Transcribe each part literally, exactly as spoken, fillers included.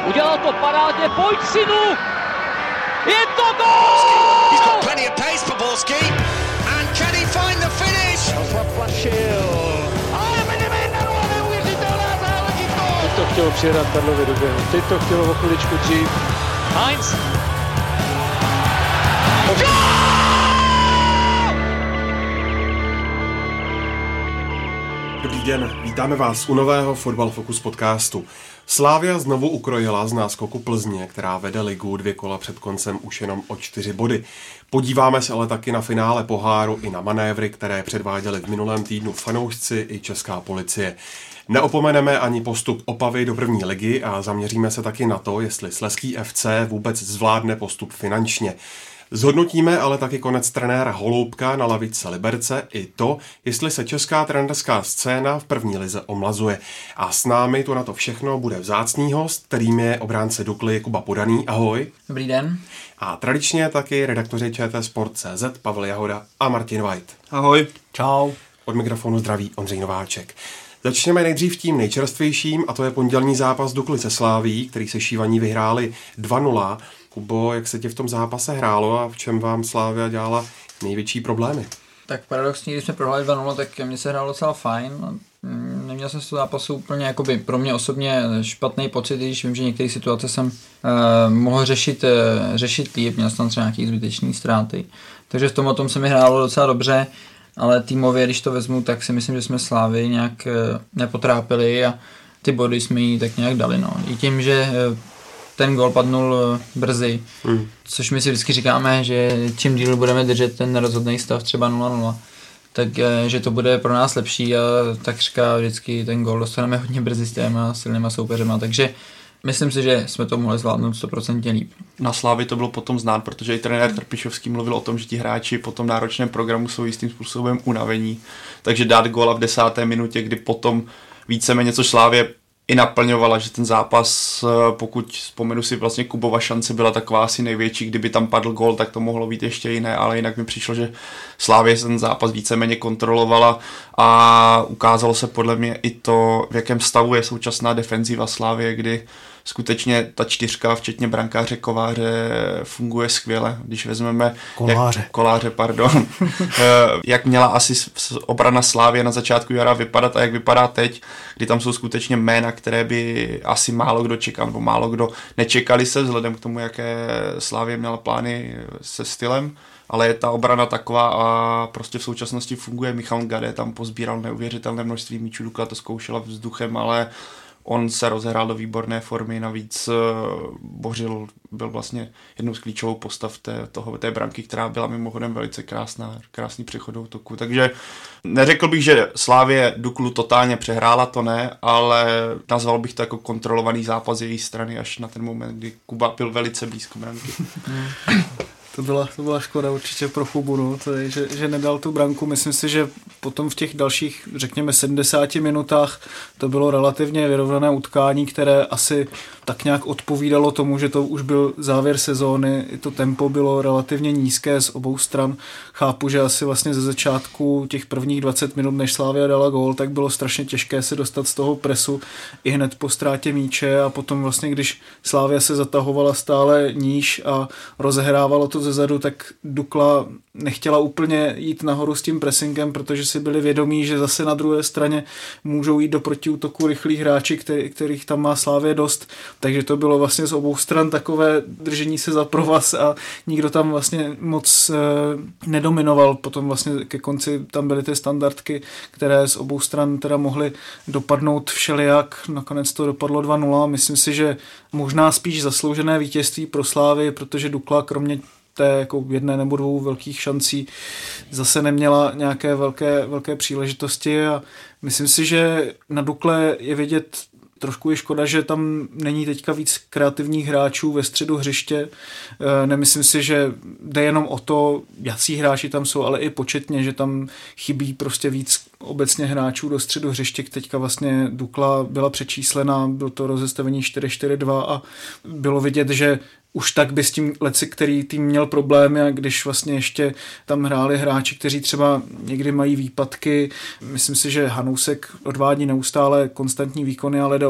Udělal to parádně, pojď synu! Je to gól! He's got plenty of pace for Borski. And can he find the finish? Zaplašil. Ale vedeme jedna nula, neuvěřitelná záležitost! Teď to chtělo přijedat Karlovi do běhu, teď to chtělo o chviličku dřív. Heinz! Dobrý den, vítáme vás u nového Fotbal Focus podcastu. Slavia znovu ukrojila z náskoku Plzně, která vede ligu dvě kola před koncem už jenom o čtyři body. Podíváme se ale taky na finále poháru i na manévry, které předváděli v minulém týdnu fanoušci i česká policie. Neopomeneme ani postup Opavy do první ligy a zaměříme se taky na to, jestli Slezský F C vůbec zvládne postup finančně. Zhodnotíme ale taky konec trenéra Holoubka na lavičce Liberce i to, jestli se česká trenérská scéna v první lize omlazuje. A s námi tu na to všechno bude vzácný host, kterým je obránce Dukly Kuba Podaný. Ahoj. Dobrý den. A tradičně taky redaktoři Č T Sport tečka cé zet Pavel Jahoda a Martin White. Ahoj. Čau. Od mikrofonu zdraví Ondřej Nováček. Začněme nejdřív tím nejčerstvějším, a to je pondělní zápas Dukly se Slavií, který se Šívaní vyhráli dva nula. Kubo, jak se ti v tom zápase hrálo a v čem vám Slavia dělala největší problémy? Tak paradoxně, když jsme prohráli dva nula, tak mně se hrálo docela fajn. Neměl jsem z toho zápasu úplně jakoby pro mě osobně špatný pocit, když vím, že některé situace jsem uh, mohl řešit, uh, řešit líp, měl jsem tam třeba nějaký zbytečný ztráty. Takže v tom o tom se mi hrálo docela dobře, ale týmově, když to vezmu, tak si myslím, že jsme Slavii nějak uh, nepotrápili a ty body jsme jí tak nějak dali. No. I tím, že uh, ten gól padnul brzy, hmm. což my si vždycky říkáme, že čím díl budeme držet ten rozhodný stav třeba nula nula, tak že to bude pro nás lepší a tak říká vždycky ten gól dostaneme hodně brzy s těma silnýma soupeřema, takže myslím si, že jsme to mohli zvládnout sto procent líp. Na Slavii to bylo potom znát, protože i trenér Trpišovský mluvil o tom, že ti hráči po tom náročném programu jsou jistým způsobem unavení, takže dát góla v desáté minutě, kdy potom víceméně co Slavie i naplňovala, že ten zápas, pokud vzpomenu si, vlastně Kubova šance byla taková asi největší, kdyby tam padl gól, tak to mohlo být ještě jiné, ale jinak mi přišlo, že Slavie ten zápas víceméně kontrolovala a ukázalo se podle mě i to, v jakém stavu je současná defenziva Slavie, kdy skutečně ta čtyřka, včetně brankáře Kováře, funguje skvěle. Když vezmeme... Koláře. Jak, koláře, pardon. jak měla asi obrana Slavie na začátku jara vypadat a jak vypadá teď, kdy tam jsou skutečně jména, které by asi málo kdo čekal, nebo málo kdo nečekali se vzhledem k tomu, jaké Slavie měla plány se stylem. Ale je ta obrana taková a prostě v současnosti funguje. Michal Gade tam pozbíral neuvěřitelné množství míčů, Dukla to zkoušela vzduchem, ale on se rozhrál do výborné formy, navíc Bořil byl vlastně jednou z klíčovou postav té, toho, té branky, která byla mimochodem velice krásná, krásný přechod do útoku. Takže neřekl bych, že Slavie Duklu totálně přehrála, to ne, ale nazval bych to jako kontrolovaný zápas z její strany až na ten moment, kdy Kuba byl velice blízko branky. To byla, to byla škoda určitě pro Kubu, no, to je, že, že nedal tu branku. Myslím si, že potom v těch dalších, řekněme, sedmdesáti minutách to bylo relativně vyrovnané utkání, které asi tak nějak odpovídalo tomu, že to už byl závěr sezóny. I to tempo bylo relativně nízké z obou stran. Chápu, že asi vlastně ze začátku těch prvních dvacet minut, než Slavia dala gól, tak bylo strašně těžké se dostat z toho presu i hned po ztrátě míče a potom vlastně, když Slavia se zatahovala stále níž a rozehrávala to zezadu, tak Dukla nechtěla úplně jít nahoru s tím pressingem, protože si byli vědomí, že zase na druhé straně můžou jít do protiútoku rychlí hráči, který, kterých tam má Slavie dost. Takže to bylo vlastně z obou stran takové držení se za provaz a nikdo tam vlastně moc e, nedominoval. Potom vlastně ke konci tam byly ty standardky, které z obou stran teda mohly dopadnout všelijak. Nakonec to dopadlo dva nula. Myslím si, že možná spíš zasloužené vítězství pro Slavii, protože Dukla kromě té jako jedné nebo dvou velkých šancí zase neměla nějaké velké, velké příležitosti a myslím si, že na Dukle je vidět trošku je škoda, že tam není teďka víc kreativních hráčů ve středu hřiště. Nemyslím si, že jde jenom o to, jací hráči tam jsou, ale i početně, že tam chybí prostě víc obecně hráčů do středu hřiště. Teďka vlastně Dukla byla přečíslená, byl to rozestavení čtyři čtyři dva a bylo vidět, že už tak by s tím leci, který tým měl problémy a když vlastně ještě tam hráli hráči, kteří třeba někdy mají výpadky. Myslím si, že Hanousek odvádí neustále konstantní výkony, ale jde o to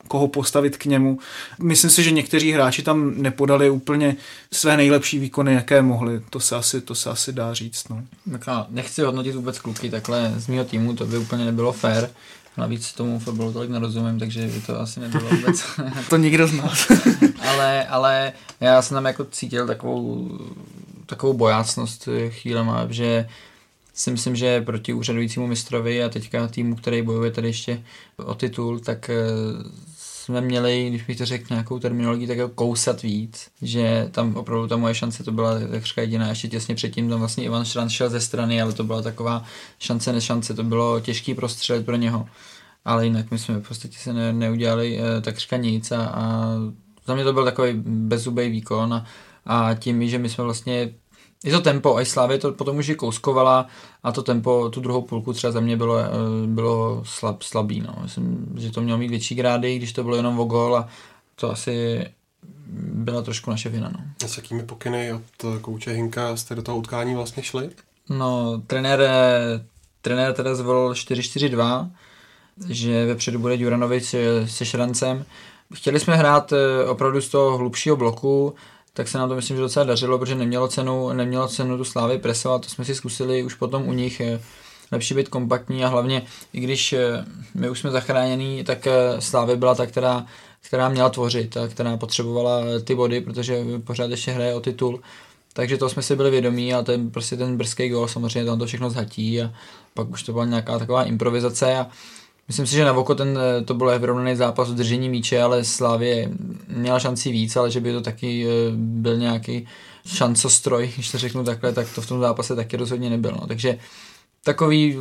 koho postavit k němu. Myslím si, že někteří hráči tam nepodali úplně své nejlepší výkony, jaké mohli. To se asi, to se asi dá říct. No. Tak já nechci hodnotit vůbec kluky takhle z mýho týmu, to by úplně nebylo fér. Navíc tomu fotbalu tolik nerozumím, takže by to asi nebylo vůbec. To nikdo z nás. ale, ale já jsem tam jako cítil takovou, takovou bojácnost chvílema, že si myslím, že proti úřadujícímu mistrovi a teďka týmu, který bojuje tady ještě o titul, tak jsme měli, když bych to řekl nějakou terminologii, tak jako kousat víc, že tam opravdu ta moje šance to byla takřka jediná, ještě těsně předtím tam vlastně Ivan Šranc šel ze strany, ale to byla taková šance nešance, to bylo těžký prostřelit pro něho, ale jinak my jsme v podstatě se ne, neudělali eh, takřka nic a, a za mě to byl takový bezzubej výkon a, a tím, že my jsme vlastně i to tempo, a i Slavie to potom už i kouskovala a to tempo, tu druhou půlku třeba za mě bylo, bylo slab, slabý. No. Myslím, že to mělo mít větší grády, když to bylo jenom o gól a to asi byla trošku naše vina. No. A s jakými pokyny od kouče Hinka jste do toho utkání vlastně šli? No, trenér, trenér teda zvolil čtyři čtyři dva, že vepředu bude Djuranovic se Šrancem. Chtěli jsme hrát opravdu z toho hlubšího bloku, tak se nám to myslím, že docela dařilo, protože nemělo cenu, nemělo cenu tu Slávy presovat, to jsme si zkusili už potom u nich, lepší být kompaktní a hlavně, i když my už jsme zachránění, tak Slávy byla ta, která, která měla tvořit a která potřebovala ty body, protože pořád ještě hraje o titul, takže to jsme si byli vědomí a ten, prostě ten brzký gól samozřejmě tam to všechno zhatí a pak už to byla nějaká taková improvizace a myslím si, že na oko ten, to byl vyrovnaný zápas o držení míče, ale Slavie měla šanci víc, ale že by to taky byl nějaký šancostroj, když to řeknu takhle, tak to v tom zápase taky rozhodně nebyl. No. Takže takový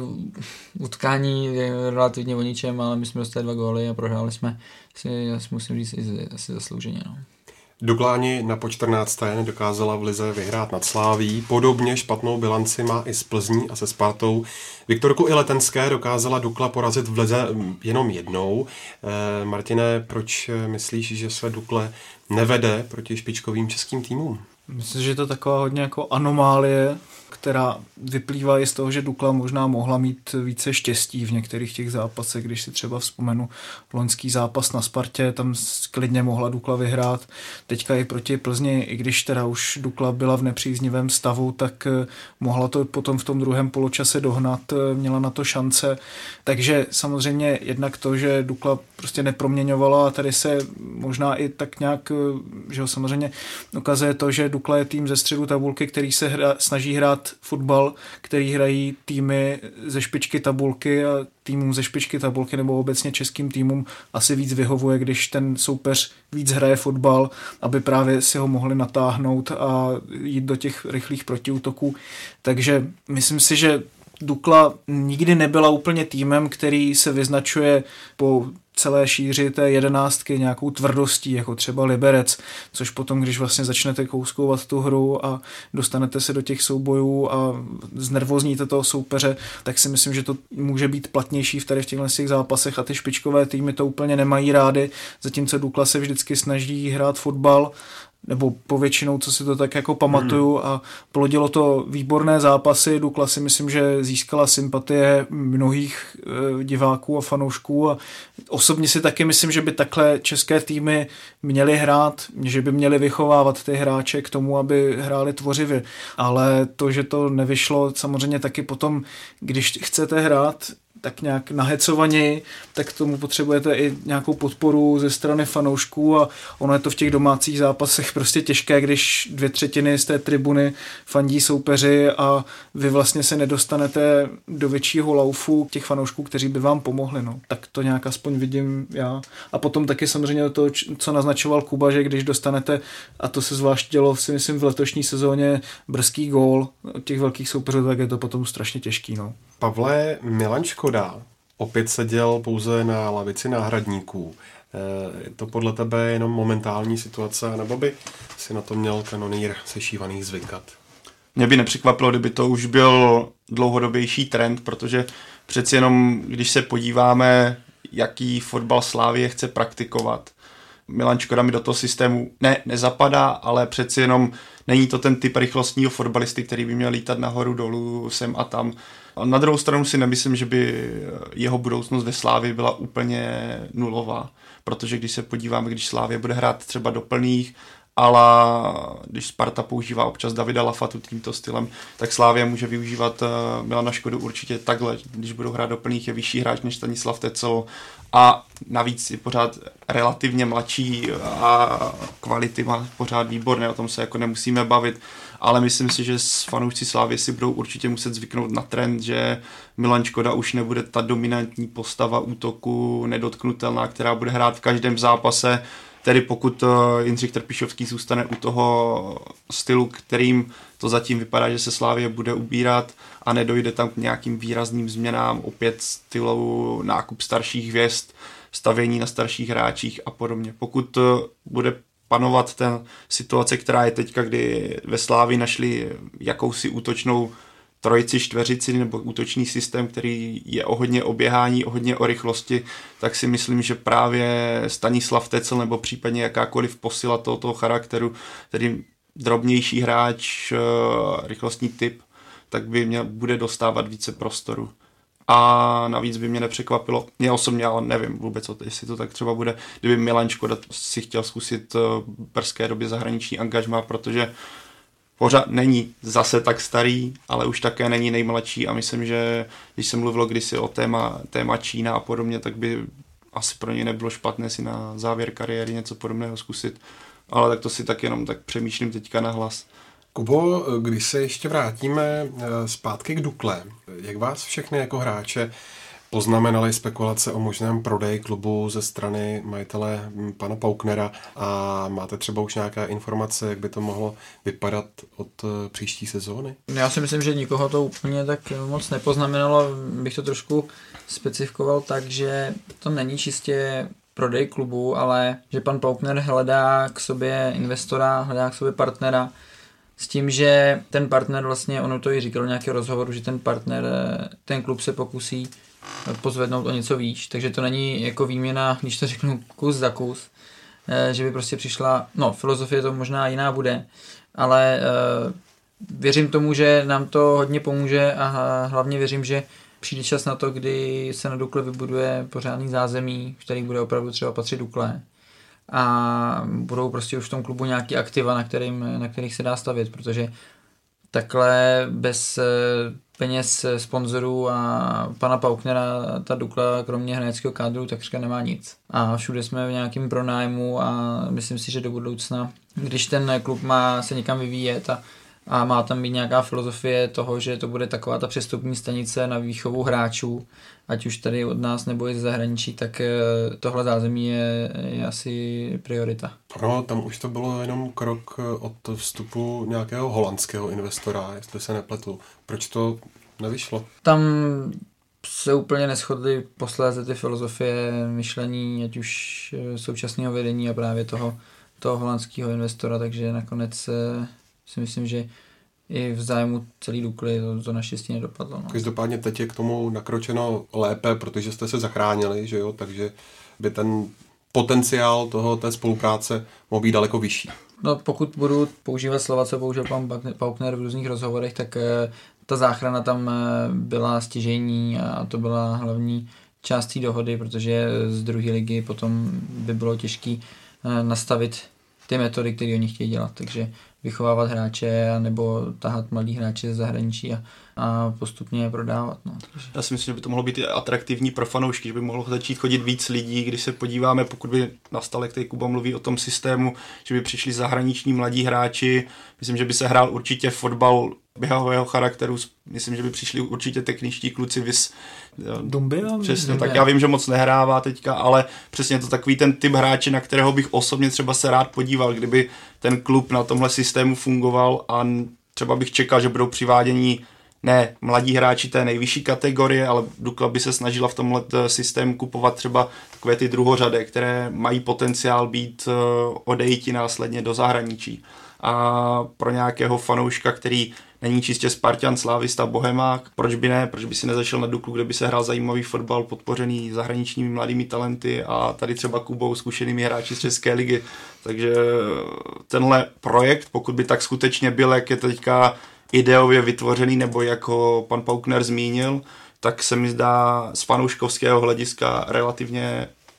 utkání je relativně o ničem, ale my jsme dostali dva góly a prohráli jsme si, musím říct, asi zaslouženě. No. Dukláni na po čtrnácté nedokázala v lize vyhrát nad Sláví. Podobně špatnou bilanci má i s Plzní a se Spartou. Viktorku i Letenské dokázala Dukla porazit v lize jenom jednou. E, Martine, proč myslíš, že se Dukle nevede proti špičkovým českým týmům? Myslím, že je to taková hodně jako anomálie, která vyplývá i z toho, že Dukla možná mohla mít více štěstí v některých těch zápasech, když si třeba vzpomenu loňský zápas na Spartě, tam klidně mohla Dukla vyhrát. Teďka i proti Plzni, i když teda už Dukla byla v nepříznivém stavu, tak mohla to potom v tom druhém poločase dohnat, měla na to šance. Takže samozřejmě jednak to, že Dukla prostě neproměňovala a tady se možná i tak nějak, že ho samozřejmě ukazuje to, že Dukla je tým ze středu tabulky, který se hra, snaží hrát fotbal, který hrají týmy ze špičky tabulky a týmům ze špičky tabulky nebo obecně českým týmům asi víc vyhovuje, když ten soupeř víc hraje fotbal, aby právě si ho mohli natáhnout a jít do těch rychlých protiútoků. Takže myslím si, že Dukla nikdy nebyla úplně týmem, který se vyznačuje po celé šíři té jedenáctky nějakou tvrdostí, jako třeba Liberec, což potom, když vlastně začnete kouskovat tu hru a dostanete se do těch soubojů a znervozníte toho soupeře, tak si myslím, že to může být platnější v tady v těchto těch zápasech a ty špičkové týmy to úplně nemají rády, zatímco Dukla se vždycky snaží hrát fotbal, nebo povětšinou, co si to tak jako pamatuju hmm. a plodilo to výborné zápasy. Dukla si myslím, že získala sympatie mnohých e, diváků a fanoušků a osobně si taky myslím, že by takhle české týmy měly hrát, že by měly vychovávat ty hráče k tomu, aby hráli tvořivě. Ale to, že to nevyšlo, samozřejmě taky potom, když chcete hrát tak nějak nahecovaněji, tak k tomu potřebujete i nějakou podporu ze strany fanoušků a ono je to v těch domácích zápasech prostě těžké, když dvě třetiny z té tribuny fandí soupeři a vy vlastně se nedostanete do většího laufu těch fanoušků, kteří by vám pomohli. No. Tak to nějak aspoň vidím já. A potom taky samozřejmě to, co naznačoval Kuba, že když dostanete, a to se zvlášť dělo si myslím v letošní sezóně, brzký gól od těch velkých soupeřů, tak je to potom strašně těžký. No. Pavle, Milan Škoda opět seděl pouze na lavici náhradníků. Je to podle tebe jenom momentální situace, nebo by si na to měl kanonýr sešívaných zvykat? Mě by nepřekvapilo, kdyby to už byl dlouhodobější trend, protože přeci jenom, když se podíváme, jaký fotbal Slavie chce praktikovat, Milan Škoda mi do toho systému ne, nezapadá, ale přeci jenom není to ten typ rychlostního fotbalisty, který by měl lítat nahoru, dolů, sem a tam. A na druhou stranu si nemyslím, že by jeho budoucnost ve Slavii byla úplně nulová, protože když se podíváme, když Slavia bude hrát třeba do plných, ale když Sparta používá občas Davida Lafatu tímto stylem, tak Slavia může využívat Milana Škodu určitě takhle. Když budou hrát do plných, je vyšší hráč než Stanislav Tecel a navíc je pořád relativně mladší a kvality má pořád výborné, o tom se jako nemusíme bavit, ale myslím si, že fanoušci Slavie si budou určitě muset zvyknout na trend, že Milan Škoda už nebude ta dominantní postava útoku, nedotknutelná, která bude hrát v každém zápase. Tedy pokud Jindřich Trpišovský zůstane u toho stylu, kterým to zatím vypadá, že se Slavie bude ubírat a nedojde tam k nějakým výrazným změnám, opět stylovou nákup starších hvězd, stavění na starších hráčích a podobně. Pokud bude panovat ten situace, která je teďka, kdy ve Slavii našli jakousi útočnou trojici, čtveřici nebo útočný systém, který je o hodně oběhání, o hodně o rychlosti, tak si myslím, že právě Stanislav Tecel nebo případně jakákoliv posila tohoto charakteru, tedy drobnější hráč, rychlostní typ, tak by mě bude dostávat více prostoru. A navíc by mě nepřekvapilo, mě osobně, ale nevím vůbec, jestli to tak třeba bude, kdyby Milan Škoda si chtěl zkusit v brzké době zahraniční angažmá, protože pořád není zase tak starý, ale už také není nejmladší a myslím, že když se mluvilo kdysi o téma, téma Čína a podobně, tak by asi pro něj nebylo špatné si na závěr kariéry něco podobného zkusit. Ale tak to si tak jenom tak přemýšlím teďka nahlas. Kubo, když se ještě vrátíme zpátky k Dukle, jak vás všechny jako hráče poznamenaly spekulace o možném prodeji klubu ze strany majitele pana Pauknera a máte třeba už nějaké informace, jak by to mohlo vypadat od příští sezóny? Já si myslím, že nikoho to úplně tak moc nepoznamenalo, bych to trošku specifikoval tak, že to není čistě prodej klubu, ale že pan Paukner hledá k sobě investora, hledá k sobě partnera, s tím, že ten partner vlastně, ono to i říkalo v nějakém rozhovoru, že ten partner, ten klub se pokusí pozvednout o něco výš, takže to není jako výměna, když to řeknu kus za kus, že by prostě přišla, no filozofie to možná jiná bude, ale věřím tomu, že nám to hodně pomůže a hlavně věřím, že přijde čas na to, kdy se na Dukle vybuduje pořádný zázemí, který bude opravdu třeba patřit Dukle a budou prostě už v tom klubu nějaký aktiva, na, kterým, na kterých se dá stavět, protože takhle bez peněz sponzorů a pana Pauknera ta Dukla kromě hráčského kádru takřka nemá nic. A všude jsme v nějakém pronájmu a myslím si, že do budoucna, když ten klub má se někam vyvíjet a, a má tam být nějaká filozofie toho, že to bude taková ta přestupní stanice na výchovu hráčů, ať už tady od nás nebo i z zahraničí, tak tohle zázemí je, je asi priorita. No, tam už to bylo jenom krok od vstupu nějakého holandského investora, jestli se nepletu. Proč to nevyšlo? Tam se úplně neshodly posléze ty filozofie myšlení, ať už současného vedení a právě toho, toho holandského investora, takže nakonec si myslím, že i v zájmu celý Dukly to, to naštěstí nedopadlo. No. Každopádně teď je k tomu nakročeno lépe, protože jste se zachránili, že jo, takže by ten potenciál toho, té spolupráce mohl být daleko vyšší. No pokud budu používat slova, co použil pan Paukner v různých rozhovorech, tak ta záchrana tam byla stěžejní a to byla hlavní část té dohody, protože z druhé ligy potom by bylo těžké nastavit ty metody, které oni chtějí dělat, takže vychovávat hráče nebo tahat mladý hráče ze zahraničí a, a postupně je prodávat. No. Já si myslím, že by to mohlo být i atraktivní pro fanoušky, že by mohlo začít chodit víc lidí, když se podíváme, pokud by nastal, jak tady Kuba mluví o tom systému, že by přišli zahraniční mladí hráči, myslím, že by se hrál určitě fotbal běhového charakteru, myslím, že by přišli určitě techničtí kluci vys... Dumbia? Přesně, Dumbia. tak já vím, že moc nehrává teďka, ale přesně to takový ten typ hráče, na kterého bych osobně třeba se rád podíval, kdyby ten klub na tomhle systému fungoval a třeba bych čekal, že budou přivádění ne mladí hráči té nejvyšší kategorie, ale Dukla by se snažila v tomhle systému kupovat třeba takové ty druhořadé, které mají potenciál být odejiti následně do zahraničí. A pro nějakého fanouška, který není čistě Spartan, slávista, bohemák, proč by ne, proč by si nezašel na Duklu, kde by se hrál zajímavý fotbal podpořený zahraničními mladými talenty a tady třeba Kubou zkušenými hráči z České ligy. Takže tenhle projekt, pokud by tak skutečně byl, jak je teďka ideově vytvořený, nebo jako pan Paukner zmínil, tak se mi zdá z fanouškovského hlediska relativně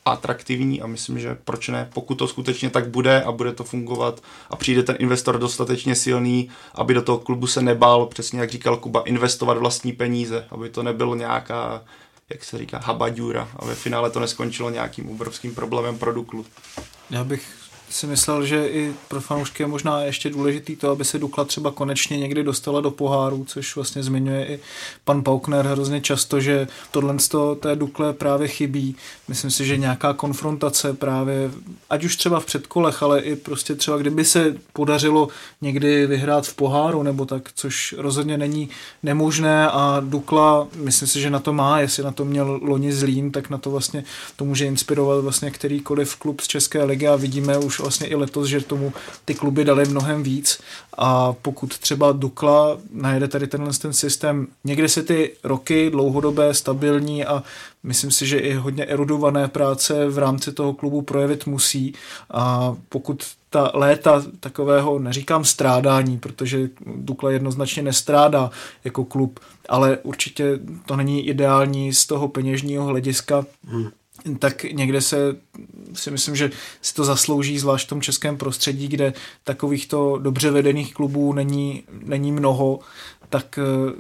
atraktivní a myslím, že proč ne, pokud to skutečně tak bude a bude to fungovat a přijde ten investor dostatečně silný, aby do toho klubu se nebál, přesně jak říkal Kuba, investovat vlastní peníze, aby to nebylo nějaká, jak se říká, habaďůra a ve finále to neskončilo nějakým obrovským problémem pro Duklu. Já bych si myslel, že i pro fanoušky je možná ještě důležitý to, aby se Dukla třeba konečně někdy dostala do poháru, což vlastně zmiňuje i pan Paukner hrozně často, že tohle z toho té Dukle právě chybí. Myslím si, že nějaká konfrontace právě, ať už třeba v předkolech, ale i prostě třeba kdyby se podařilo někdy vyhrát v poháru nebo tak, což rozhodně není nemožné a Dukla, myslím si, že na to má, jestli na to měl loni Zlín, tak na to vlastně to může inspirovat vlastně kterýkoliv klub z České ligy a vidíme už vlastně i letos, že tomu ty kluby dali mnohem víc a pokud třeba Dukla najede tady tenhle ten systém, někde se ty roky dlouhodobé, stabilní a myslím si, že i hodně erudované práce v rámci toho klubu projevit musí a pokud ta léta takového, neříkám strádání, protože Dukla jednoznačně nestrádá jako klub, ale určitě to není ideální z toho peněžního hlediska, hmm. tak někde se si myslím, že si to zaslouží, zvlášť v tom českém prostředí, kde takovýchto dobře vedených klubů není, není mnoho, tak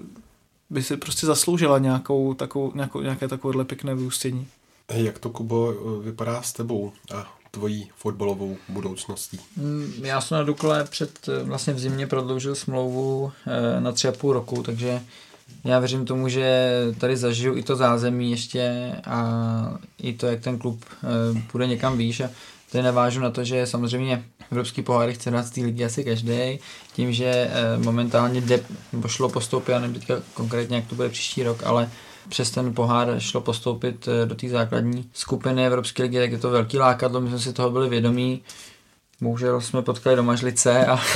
by si prostě zasloužila nějakou, takovou, nějakou, nějaké takovéhle pěkné vyústění. Jak to, Kubo, vypadá s tebou a tvojí fotbalovou budoucností? Já jsem na Dukle před vlastně v zimě prodloužil smlouvu na tři a půl roku, takže já věřím tomu, že tady zažiju i to zázemí ještě a i to, jak ten klub půjde někam výš a tady navážu na to, že samozřejmě evropský poháry chce dát z té ligy asi každý, tím, že momentálně jde, šlo postoupit, já nevím teďka konkrétně, jak to bude příští rok, ale přes ten pohár šlo postoupit do té základní skupiny Evropské ligy, tak je to velký lákadlo, my jsme si toho byli vědomí. Bohužel jsme potkali doma Žlice a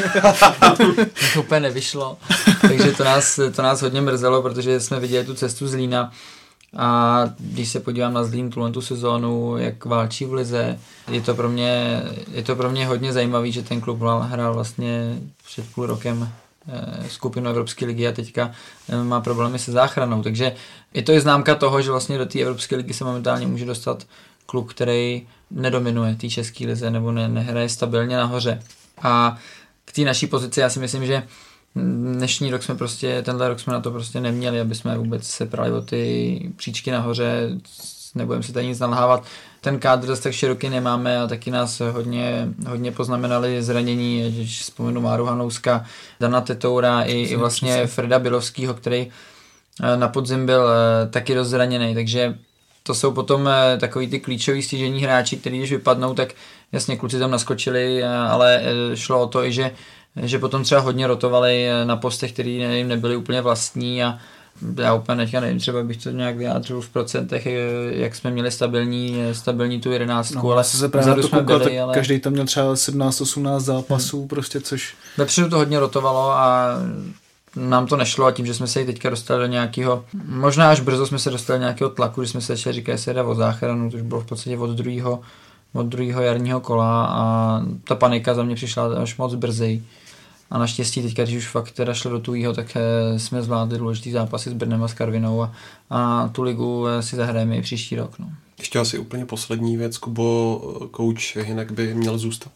to úplně nevyšlo, takže to nás, to nás hodně mrzelo, protože jsme viděli tu cestu Zlína a když se podívám na Zlín tuhle tu sezónu, jak válčí v lize, je to pro mě, je to pro mě hodně zajímavý, že ten klub hrál vlastně před půl rokem skupinu Evropské ligy a teďka má problémy se záchranou, takže je to i známka toho, že vlastně do té Evropské ligy se momentálně může dostat klub, který nedominuje té české lize nebo ne, nehraje stabilně nahoře. A k té naší pozici já si myslím, že dnešní rok jsme prostě, tenhle rok jsme na to prostě neměli, aby jsme vůbec se prali o ty příčky nahoře, nebudeme si tady nic nalhávat. Ten kádr zase tak široký nemáme a taky nás hodně, hodně poznamenali zranění, když vzpomenu Máru Hanouska, Dana Tetoura i, i vlastně Freda Bilovskýho, který na podzim byl taky dost zraněný, takže to jsou potom takový ty klíčový stížení hráči, kteří když vypadnou, tak jasně kluci tam naskočili, ale šlo o to i, že, že potom třeba hodně rotovali na postech, které jim nebyly úplně vlastní a já úplně teďka nevím, třeba bych to nějak vyjádřil v procentech, jak jsme měli stabilní, stabilní tu jedenáctku, no, ale se právě to jsme koukal, byli, ale... každý tam měl třeba sedmnáct osmnáct zápasů, hmm. prostě což... Vepředu to hodně rotovalo a nám to nešlo a tím, že jsme se i teďka dostali do nějakého, možná až brzo jsme se dostali do nějakého tlaku, že jsme se začali říkat, že se jde o záchranu, což bylo v podstatě od druhého od druhého jarního kola a ta panika za mě přišla až moc brzy. A naštěstí teďka, když už fakt teda šlo do tujího, tak jsme zvládli důležitý zápasy s Brnem a s Karvinou a, a tu ligu si zahrajeme i příští rok. No. Ještě asi úplně poslední věc, Kubo, kouč Hynek by měl zůstat?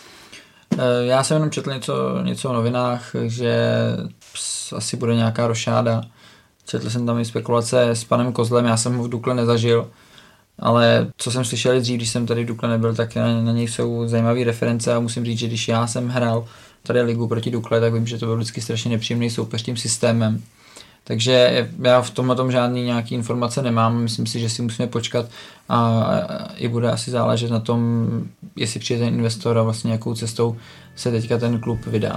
Já jsem jenom četl něco, něco o novinách, že asi bude nějaká rošáda. Četl jsem tam i spekulace s panem Kozlem, já jsem ho v Dukle nezažil, ale co jsem slyšel dřív, když jsem tady v Dukle nebyl, tak na, na něj jsou zajímavé reference a musím říct, že když já jsem hrál tady ligu proti Dukle, tak vím, že to byl vždycky strašně nepříjemný soupeř tím systémem. Takže já v tomhle tom žádný nějaký informace nemám, myslím si, že si musíme počkat a i bude asi záležet na tom, jestli přijde ten investor a vlastně jakou cestou se teďka ten klub vydá.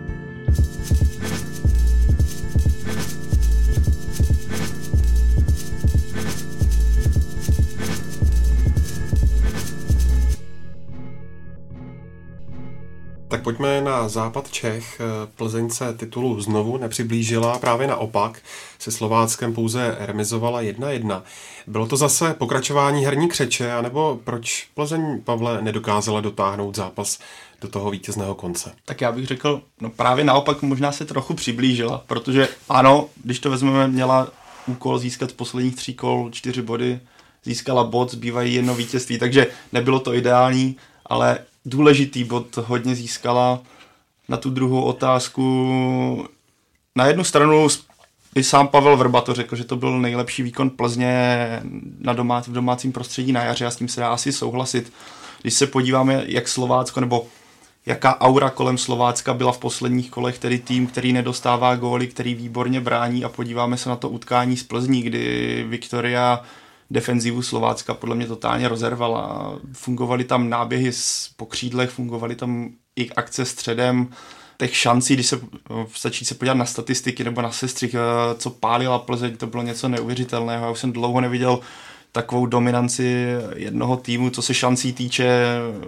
Tak pojďme na západ Čech. Plzeň se titulu znovu nepřiblížila, právě naopak se Slováckem pouze remizovala jedna jedna. Bylo to zase pokračování herní křeče, anebo proč Plzeň, Pavle, nedokázala dotáhnout zápas do toho vítězného konce? Tak já bych řekl, no právě naopak možná se trochu přiblížila, protože ano, když to vezmeme, měla úkol získat z posledních tří kol čtyři body, získala bod, zbývají jedno vítězství, takže nebylo to ideální, ale důležitý bod hodně získala. Na tu druhou otázku, na jednu stranu i sám Pavel Vrba to řekl, že to byl nejlepší výkon Plzně na domác, v domácím prostředí na jaře a s tím se dá asi souhlasit. Když se podíváme, jak Slovácko, nebo jaká aura kolem Slovácka byla v posledních kolech, tedy tým, který nedostává góly, který výborně brání, a podíváme se na to utkání z Plzní, kdy Viktoria defenzivu Slovácka podle mě totálně rozervala. Fungovaly tam náběhy po křídlech, fungovaly tam i akce středem. Těch šancí, když se stačí se podívat na statistiky nebo na sestřih, co pálila Plzeň, to bylo něco neuvěřitelného. Já už jsem dlouho neviděl takovou dominanci jednoho týmu, co se šancí týče,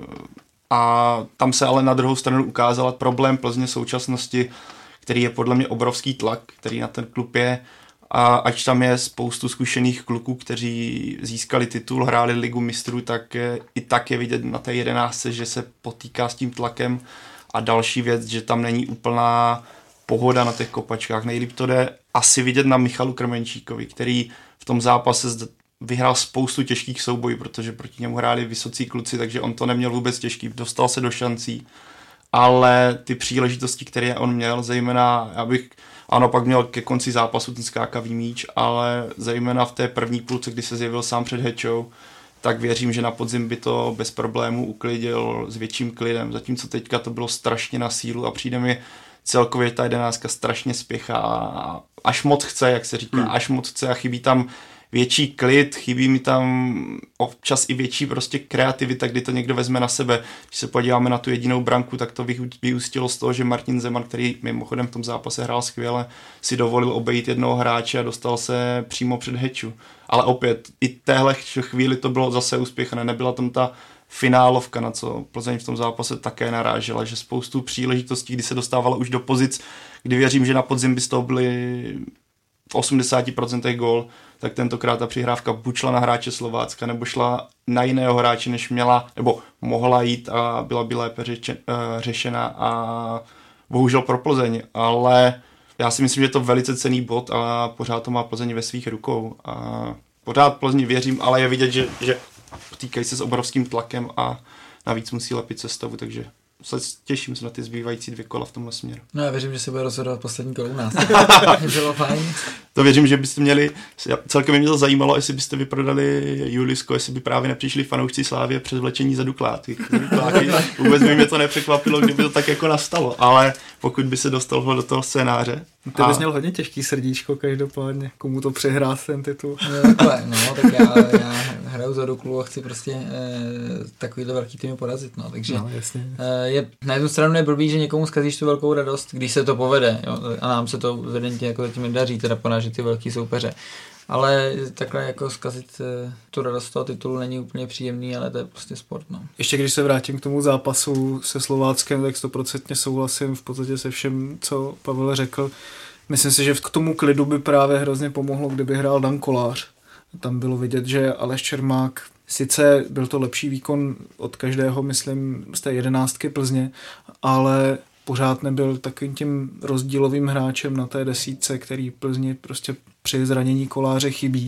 a tam se ale na druhou stranu ukázala problém Plzně současnosti, který je podle mě obrovský tlak, který na ten klub je, a ač tam je spoustu zkušených kluků, kteří získali titul, hráli ligu mistrů, tak je, i tak je vidět na té jedenáctce, že se potýká s tím tlakem. A další věc, že tam není úplná pohoda na těch kopačkách. Nejlíp to jde asi vidět na Michalu Krmenčíkovi, který v tom zápase vyhrál spoustu těžkých soubojů, protože proti němu hráli vysocí kluci, takže on to neměl vůbec těžký, dostal se do šancí, ale ty příležitosti, které on měl, zejména, já bych, ano, pak měl ke konci zápasu ten skákavý míč, ale zejména v té první půlce, kdy se zjevil sám před hečou, tak věřím, že na podzim by to bez problémů uklidil s větším klidem, zatímco teďka to bylo strašně na sílu a přijde mi celkově ta jedenáctka strašně spěchá a až moc chce, jak se říká, hmm. až moc chce a chybí tam větší klid, chybí mi tam občas i větší prostě kreativita, kdy to někdo vezme na sebe. Když se podíváme na tu jedinou branku, tak to vyústilo z toho, že Martin Zeman, který mimochodem v tom zápase hrál skvěle, si dovolil obejít jednoho hráče a dostal se přímo před heču. Ale opět, i téhle chvíli to bylo zase úspěchané, nebyla tam ta finálovka, na co Plzeň v tom zápase také narážela, že spoustu příležitostí, kdy se dostávala už do pozic, kdy věřím, že na podzim by z toho byly v osmdesáti procentech gól, tak tentokrát ta přihrávka buď šla na hráče Slovácka, nebo šla na jiného hráče, než měla, nebo mohla jít a byla by lépe řeče, uh, řešena a bohužel pro Plzeň, ale já si myslím, že je to velice cenný bod a pořád to má Plzeň ve svých rukou a pořád Plzni věřím, ale je vidět, že, že potýkají se s obrovským tlakem a navíc musí lepit sestavu, takže těším se na ty zbývající dvě kola v tomhle směru. No já věřím, že se bude rozhodovat poslední kolo u nás. Bylo fajn. To věřím, že byste měli, celkem mě to zajímalo, jestli byste vyprodali Julisko, jestli by právě nepřišli fanoušci Slávie přes vlečení za Dukláky. Vůbec by mě to nepřekvapilo, kdyby to tak jako nastalo, ale pokud by se dostalo do toho scénáře. Ty bys měl hodně těžký srdíčko každopádně, komu to přehrát ten titul. No, takhle, no tak já, já hraju za Duklu a chci prostě eh, takovýhle velký tým porazit, no, takže no, jasně. Eh, je, na jednu stranu je blbý, že někomu zkazíš tu velkou radost, když se to povede, jo, a nám se to evidentně jako zatím nedaří, teda ponážet ty velký soupeře. Ale takhle jako zkazit eh, tu radost toho titulu není úplně příjemný, ale to je prostě sport, no. Ještě když se vrátím k tomu zápasu se Slováckem, tak stoprocentně souhlasím v podstatě se všem, co Pavel řekl. Myslím si, že k tomu klidu by právě hrozně pomohlo, kdyby hrál Dan Kolář. Tam bylo vidět, že Aleš Čermák, sice byl to lepší výkon od každého, myslím, z té jedenáctky Plzně, ale pořád nebyl takovým tím rozdílovým hráčem na té desítce, který Plzni prostě při zranění Koláře chybí.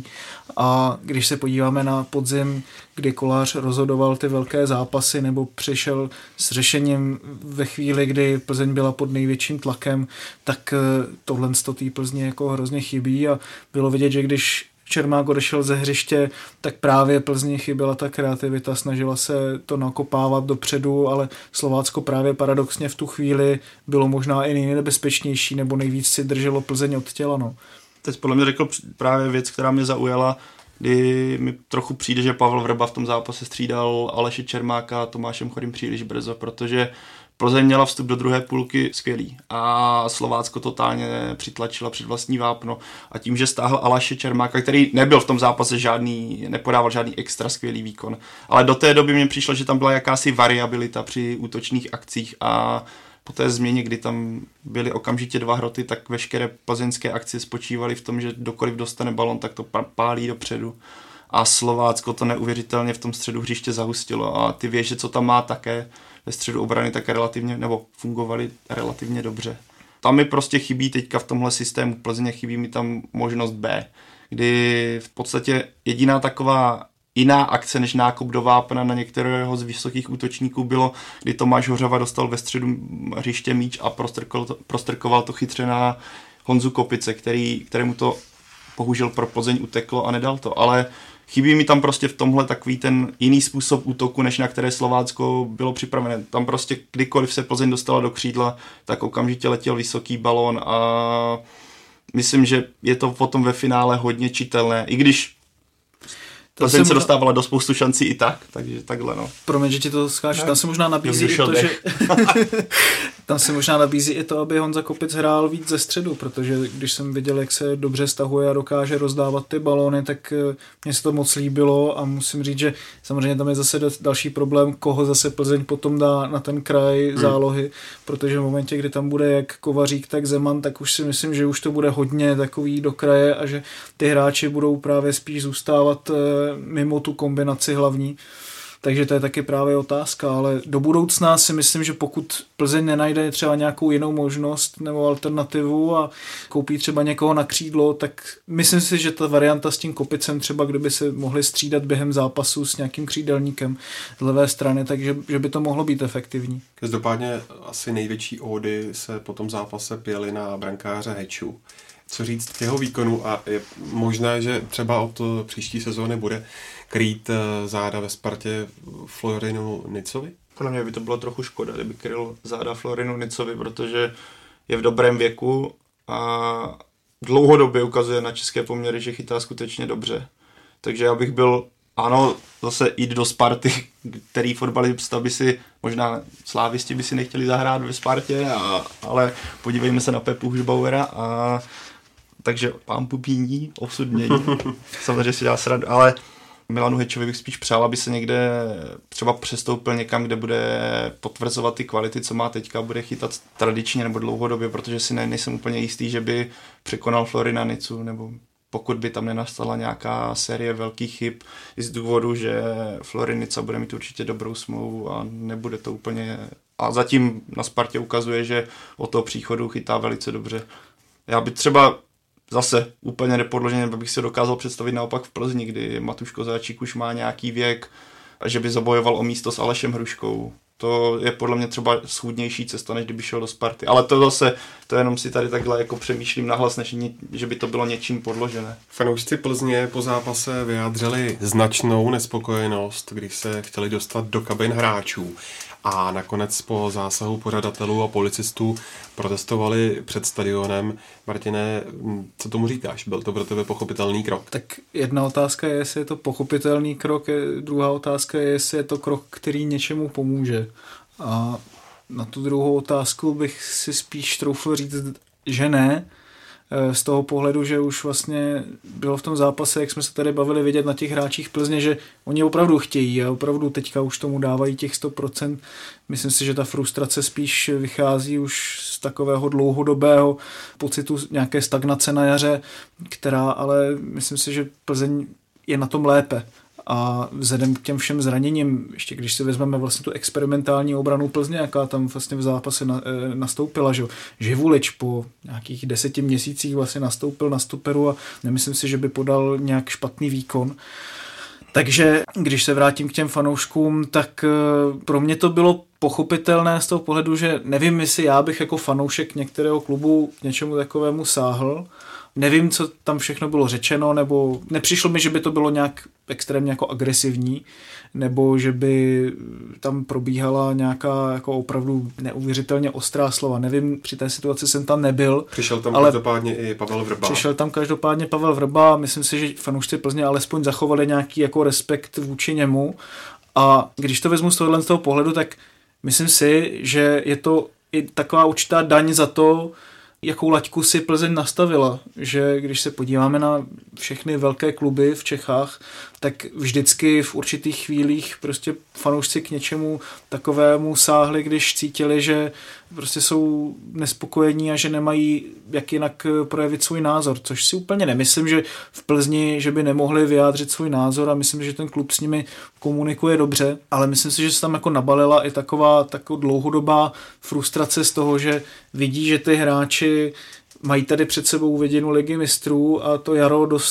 A když se podíváme na podzim, kdy Kolář rozhodoval ty velké zápasy nebo přišel s řešením ve chvíli, kdy Plzeň byla pod největším tlakem, tak tohle z té Plzni jako hrozně chybí a bylo vidět, že když Čermák odešel ze hřiště, tak právě Plzni chyběla ta kreativita, snažila se to nakopávat dopředu, ale Slovácko právě paradoxně v tu chvíli bylo možná i nejnebezpečnější, nebo nejvíc si drželo Plzeň od těla. No. Teď podle mě řekl právě věc, která mě zaujala, kdy mi trochu přijde, že Pavel Vrba v tom zápase střídal Aleše Čermáka a Tomášem Chorým příliš brzo, protože Plzeň měla vstup do druhé půlky skvělý a Slovácko totálně přitlačila před vlastní vápno a tím, že stáhl Aleše Čermáka, který nebyl v tom zápase žádný, nepodával žádný extra skvělý výkon, ale do té doby mi přišlo, že tam byla jakási variabilita při útočných akcích a po té změně, kdy tam byly okamžitě dva hroty, tak veškeré plzeňské akce spočívaly v tom, že dokoliv dostane balon, tak to pálí dopředu. A Slovácko to neuvěřitelně v tom středu hřiště zahustilo a ty věže, co tam má také ve středu obrany, také relativně, nebo fungovaly relativně dobře. Tam mi prostě chybí teďka v tomhle systému Plzně, chybí mi tam možnost B, kdy v podstatě jediná taková jiná akce než nákup do vápna na některého z vysokých útočníků bylo, kdy Tomáš Hořava dostal ve středu hřiště míč a prostrkoval to, prostrkoval to chytře na Honzu Kopice, který, kterému to bohužel pro Plzeň uteklo a nedal to, ale chybí mi tam prostě v tomhle takový ten jiný způsob útoku, než na které Slovácko bylo připravené. Tam prostě kdykoliv se Plzeň dostala do křídla, tak okamžitě letěl vysoký balón a myslím, že je to potom ve finále hodně čitelné, i když Plzeň se dostávala do spoustu šancí i tak, takže takhle no. Promiň, že ti to skáču, tam se možná nabízí i to, že tam se možná nabízí i to, aby Honza Kopic hrál víc ze středu, protože když jsem viděl, jak se dobře stahuje a dokáže rozdávat ty balóny, tak mně se to moc líbilo a musím říct, že samozřejmě tam je zase další problém, koho zase Plzeň potom dá na ten kraj hmm. zálohy, protože v momentě, kdy tam bude jak Kovařík, tak Zeman, tak už si myslím, že už to bude hodně takový do kraje a že ty hráči budou právě spíš zůstávat mimo tu kombinaci hlavní. Takže to je taky právě otázka, ale do budoucna si myslím, že pokud Plzeň nenajde třeba nějakou jinou možnost nebo alternativu a koupí třeba někoho na křídlo, tak myslím si, že ta varianta s tím Kopicem třeba, kdyby se mohli střídat během zápasu s nějakým křídelníkem z levé strany, takže že by to mohlo být efektivní. Každopádně asi největší ódy se po tom zápase pěly na brankáře Heču. Co říct k jeho výkonu a je možné, že třeba od příští sezóny bude krýt záda ve Spartě Florinu Nicovi? Podle mě by to bylo trochu škoda, kdyby kryl záda Florinu Nicovi, protože je v dobrém věku a dlouhodobě ukazuje na české poměry, že chytá skutečně dobře. Takže já bych byl, ano, zase jít do Sparty, který fotbalista by si, možná slávisti by si nechtěli zahrát ve Spartě, a, ale podívejme se na Pepu Hušbauera a takže pán Pupíní, osud mění. Samozřejmě si dá sradu, ale Milanu Hečovi bych spíš přál, aby se někde třeba přestoupil někam, kde bude potvrzovat ty kvality, co má teďka, bude chytat tradičně nebo dlouhodobě, protože si ne, nejsem úplně jistý, že by překonal Florina Nicu, nebo pokud by tam nenastala nějaká série velkých chyb i z důvodu, že Florin Nica bude mít určitě dobrou smlouvu a nebude to úplně... A zatím na Spartě ukazuje, že od toho příchodu chytá velice dobře. Já by třeba zase úplně nepodloženě bych si dokázal představit naopak v Plzni, kdy Matuš Kozáčík už má nějaký věk a že by zabojoval o místo s Alešem Hruškou. To je podle mě třeba schůdnější cesta, než kdyby šel do Sparty. Ale to zase, to jenom si tady takhle jako přemýšlím nahlas, než že by to bylo něčím podložené. Fanoušci Plzně po zápase vyjádřili značnou nespokojenost, když se chtěli dostat do kabin hráčů. A nakonec po zásahu pořadatelů a policistů protestovali před stadionem. Martine, co tomu říkáš? Byl to pro tebe pochopitelný krok? Tak jedna otázka je, jestli je to pochopitelný krok, druhá otázka je, jestli je to krok, který něčemu pomůže. A na tu druhou otázku bych si spíš troufl říct, že ne, z toho pohledu, že už vlastně bylo v tom zápase, jak jsme se tady bavili, vidět na těch hráčích Plzně, že oni opravdu chtějí a opravdu teďka už tomu dávají těch sto procent. Myslím si, že ta frustrace spíš vychází už z takového dlouhodobého pocitu nějaké stagnace na jaře, která ale myslím si, že Plzeň je na tom lépe. A vzhledem k těm všem zraněním, ještě když si vezmeme vlastně tu experimentální obranu Plzně, jaká tam vlastně v zápase na, e, nastoupila, že Živulič po nějakých deseti měsících vlastně nastoupil na stoperu a nemyslím si, že by podal nějak špatný výkon. Takže když se vrátím k těm fanouškům, tak e, pro mě to bylo pochopitelné z toho pohledu, že nevím, jestli já bych jako fanoušek některého klubu k něčemu takovému sáhl. Nevím, co tam všechno bylo řečeno, nebo nepřišlo mi, že by to bylo nějak extrémně jako agresivní, nebo že by tam probíhala nějaká jako opravdu neuvěřitelně ostrá slova. Nevím, při té situaci jsem tam nebyl. Přišel tam ale každopádně i Pavel Vrba. Přišel tam každopádně Pavel Vrba a myslím si, že fanoušci Plzně alespoň zachovali nějaký jako respekt vůči němu. A když to vezmu z tohohle z toho pohledu, tak myslím si, že je to i taková určitá daň za to, jakou laťku si Plzeň nastavila, že když se podíváme na všechny velké kluby v Čechách, tak vždycky v určitých chvílích prostě fanoušci k něčemu takovému sáhli, když cítili, že prostě jsou nespokojení a že nemají jak jinak projevit svůj názor, což si úplně nemyslím, že v Plzni, že by nemohli vyjádřit svůj názor a myslím, že ten klub s nimi komunikuje dobře, ale myslím si, že se tam jako nabalila i taková, taková dlouhodobá frustrace z toho, že vidí, že ty hráči mají tady před sebou viděnou Ligy mistrů a to jaro dost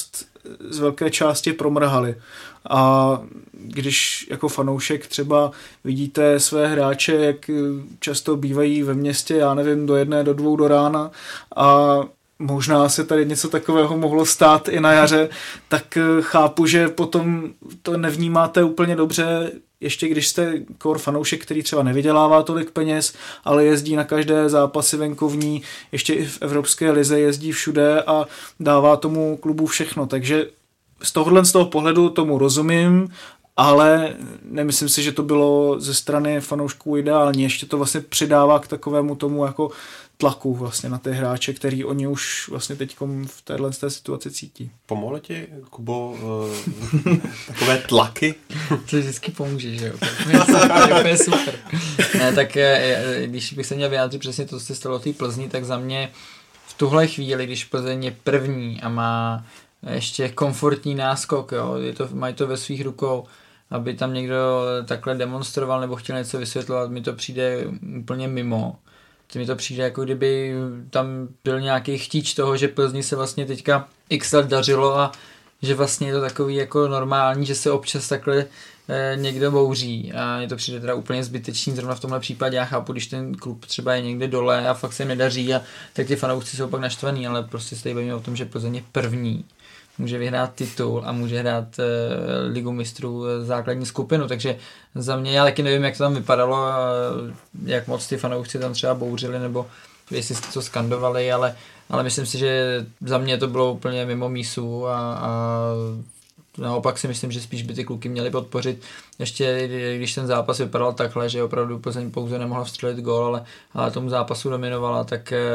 z velké části promrhali. A když jako fanoušek třeba vidíte své hráče, jak často bývají ve městě, já nevím, do jedné, do dvou do rána a možná se tady něco takového mohlo stát i na jaře, tak chápu, že potom to nevnímáte úplně dobře, ještě když jste core fanoušek, který třeba nevydělává tolik peněz, ale jezdí na každé zápasy venkovní, ještě i v Evropské lize jezdí všude a dává tomu klubu všechno. Takže z tohohle z toho pohledu tomu rozumím, ale nemyslím si, že to bylo ze strany fanoušků ideální. Ještě to vlastně přidává k takovému tomu jako tlaku vlastně na ty hráče, který oni už vlastně teď v téhle té situaci cítí. Pomohlo ti, Kubo, uh, takové tlaky? To vždycky pomůže, že jo? To je super. Ne, tak když bych se měl vyjádřit přesně to, co se stalo té Plzni, tak za mě v tuhle chvíli, když Plzeň je první a má ještě komfortní náskok, jo, je to, mají to ve svých rukou, aby tam někdo takhle demonstroval nebo chtěl něco vysvětlovat, mi to přijde úplně mimo. To mi to přijde, jako kdyby tam byl nějaký chtíč toho, že Plzni se vlastně teďka x let dařilo a že vlastně je to takový jako normální, že se občas takhle e, někdo bouří a mně to přijde teda úplně zbytečný zrovna v tomhle případě. Já chápu, když ten klub třeba je někde dole a fakt se jim nedaří a tak ty fanoušci jsou pak naštvaný, ale prostě se tady bavíme o tom, že Plzeň je první. Může vyhrát titul a může hrát e, ligu mistrů e, základní skupinu, takže za mě, já taky nevím, jak to tam vypadalo, e, jak moc ty fanoušci tam třeba bouřili, nebo jestli to skandovali, ale, ale myslím si, že za mě to bylo úplně mimo mísu a, a naopak si myslím, že spíš by ty kluky měli podpořit. Ještě když ten zápas vypadal takhle, že opravdu Plzeň pouze nemohla vstřelit gól, ale, ale tomu zápasu dominovala, tak e,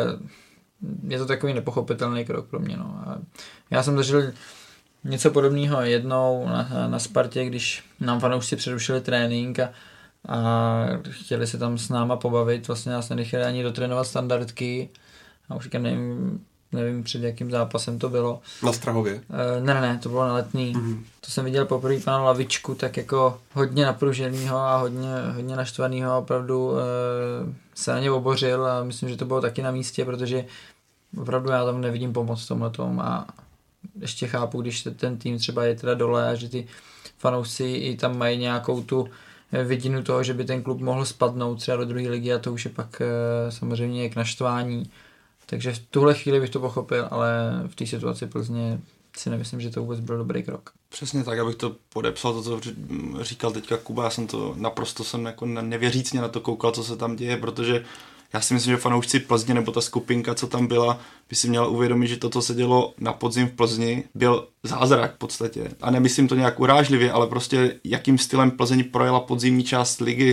je to takový nepochopitelný krok pro mě. No. A já jsem zažil něco podobného jednou na, na Spartě, když nám fanoušci přerušili trénink a, a chtěli se tam s náma pobavit, vlastně nás nenechali ani dotrénovat standardky a už nevím, nevím před jakým zápasem to bylo. Na Strahově? E, ne, ne, ne, to bylo na Letný. Mm-hmm. To jsem viděl poprvé pana Lavičku, tak jako hodně napruženýho a hodně, hodně naštvanýho a opravdu e, se na ně obořil a myslím, že to bylo taky na místě, protože opravdu já tam nevidím pomoc v tomhletom a ještě chápu, když ten tým třeba je teda dole a že ty fanoušci i tam mají nějakou tu vidinu toho, že by ten klub mohl spadnout třeba do druhé ligy a to už je pak e, samozřejmě je k naštvání. Takže v tuhle chvíli bych to pochopil, ale v té situaci Plzně si nemyslím, že to vůbec byl dobrý krok. Přesně tak, abych to podepsal, to, co říkal teďka Kuba, já jsem to naprosto jsem jako nevěřícně na to koukal, co se tam děje, protože já si myslím, že fanoušci Plzně nebo ta skupinka, co tam byla, by si měla uvědomit, že to, co se dělo na podzim v Plzni, byl zázrak v podstatě. A nemyslím to nějak urážlivě, ale prostě jakým stylem Plzeň projela podzimní část ligy,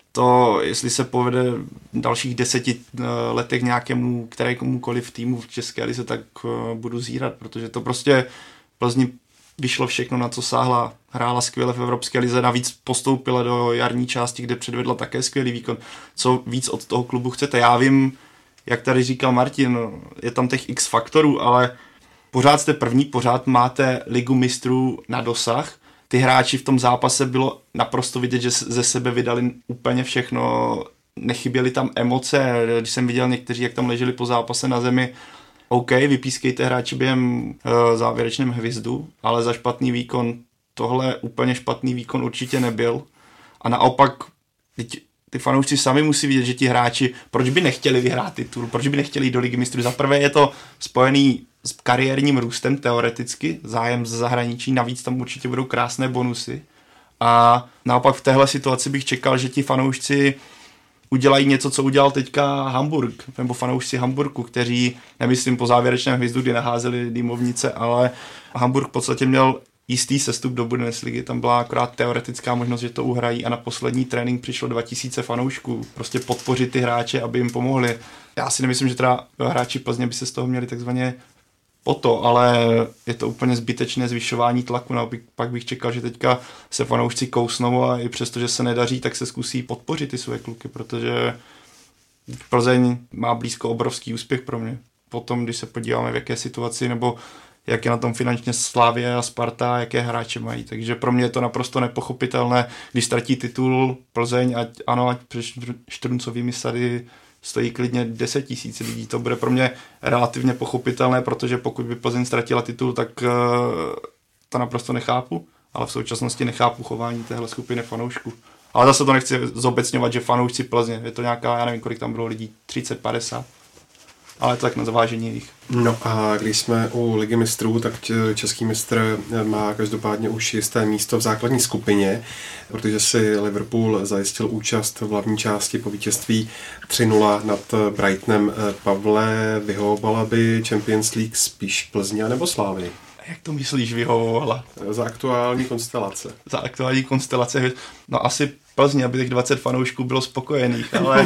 to, jestli se povede v dalších deseti letech nějakému kterémukoliv týmu v České lize, tak budu zírat, protože to prostě Plzni vyšlo všechno, na co sáhla, hrála skvěle v Evropské lize, navíc postoupila do jarní části, kde předvedla také skvělý výkon. Co víc od toho klubu chcete? Já vím, jak tady říkal Martin, je tam těch x faktorů, ale pořád jste první, pořád máte ligu mistrů na dosah. Ty hráči v tom zápase bylo naprosto vidět, že ze sebe vydali úplně všechno, nechyběly tam emoce, když jsem viděl někteří, jak tam leželi po zápase na zemi. OK, vypískejte hráči během e, závěrečném hvězdu, ale za špatný výkon tohle úplně špatný výkon určitě nebyl. A naopak ty, ty fanoušci sami musí vidět, že ti hráči, proč by nechtěli vyhrát titul, proč by nechtěli jít do ligy mistrů. Za prvé je to spojený s kariérním růstem teoreticky, zájem ze zahraničí, navíc tam určitě budou krásné bonusy. A naopak v téhle situaci bych čekal, že ti fanoušci udělají něco, co udělal teďka Hamburg, nebo fanoušci Hamburgu, kteří, nemyslím po závěrečném hvězdu, kdy naházeli dýmovnice, ale Hamburg v podstatě měl jistý sestup do Bundesligy, tam byla akorát teoretická možnost, že to uhrají a na poslední trénink přišlo dva tisíce fanoušků, prostě podpořit ty hráče, aby jim pomohli. Já si nemyslím, že teda hráči Plzně by se z toho měli takzvaně o to, ale je to úplně zbytečné zvyšování tlaku, no, pak bych čekal, že teďka se fanoušci kousnou a i přesto, že se nedaří, tak se zkusí podpořit ty své kluky, protože Plzeň má blízko obrovský úspěch pro mě. Potom, když se podíváme, v jaké situaci, nebo jak je na tom finančně Slavia a Sparta, jaké hráče mají. Takže pro mě je to naprosto nepochopitelné, když ztratí titul Plzeň, ať ano, ať před Štruncovými sady stojí klidně deset tisíc lidí. To bude pro mě relativně pochopitelné, protože pokud by Plzeň ztratila titul, tak uh, to naprosto nechápu, ale v současnosti nechápu chování téhle skupiny fanoušků. Ale zase to nechci zobecňovat, že fanoušci Plzně, je to nějaká, já nevím, kolik tam bylo lidí, třicet padesát. Ale tak na zvážení jich. No a když jsme u Ligy mistrů, tak český mistr má každopádně už jisté místo v základní skupině, protože si Liverpool zajistil účast v hlavní části po vítězství tři nula nad Brightonem. Pavle, vyhovovala by Champions League spíš Plzně nebo Slávy? Jak to myslíš vyhovovala? Za aktuální konstelace. Za aktuální konstelace. No asi Plzně, aby těch dvacet fanoušků bylo spokojených, ale...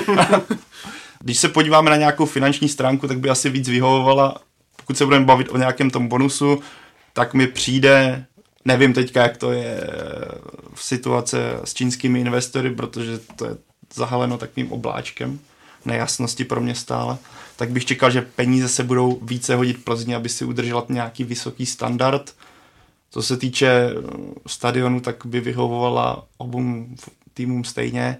Když se podíváme na nějakou finanční stránku, tak by asi víc vyhovovala. Pokud se budeme bavit o nějakém tom bonusu, tak mi přijde, nevím teďka, jak to je v situace s čínskými investory, protože to je zahaleno takovým obláčkem nejasnosti pro mě stále, tak bych čekal, že peníze se budou více hodit Plzni, aby si udržela nějaký vysoký standard. Co se týče stadionu, tak by vyhovovala obou týmům stejně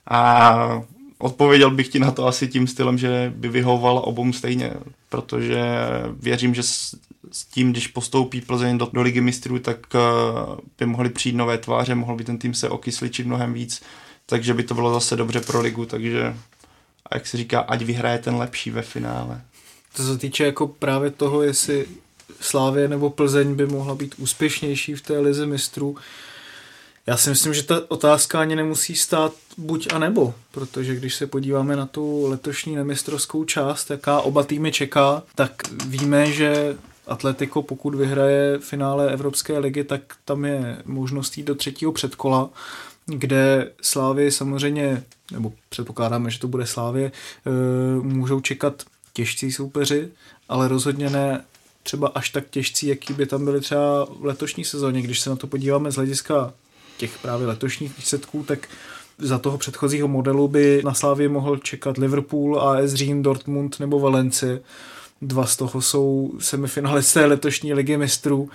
a odpověděl bych ti na to asi tím stylem, že by vyhovovala obou stejně, protože věřím, že s, s tím, když postoupí Plzeň do, do Ligy mistrů, tak uh, by mohly přijít nové tváře, mohl by ten tým se okysličit mnohem víc, takže by to bylo zase dobře pro ligu, takže a jak se říká, ať vyhraje ten lepší ve finále. To se týče jako právě toho, jestli Slavie nebo Plzeň by mohla být úspěšnější v té lize mistrů. Já si myslím, že ta otázka ani nemusí stát buď a nebo, protože když se podíváme na tu letošní nemistrovskou část, jaká oba týmy čeká, tak víme, že Atletico, pokud vyhraje finále Evropské ligy, tak tam je možnost jít do třetího předkola, kde Slavii samozřejmě, nebo předpokládáme, že to bude Slavie, můžou čekat těžcí soupeři, ale rozhodně ne třeba až tak těžcí, jaký by tam byly třeba v letošní sezóně. Když se na to podíváme z hlediska těch právě letošních výsledků, tak za toho předchozího modelu by na Slavii mohl čekat Liverpool, A S Řím, Dortmund nebo Valencia. Dva z toho jsou semifinalisté letošní ligy mistrů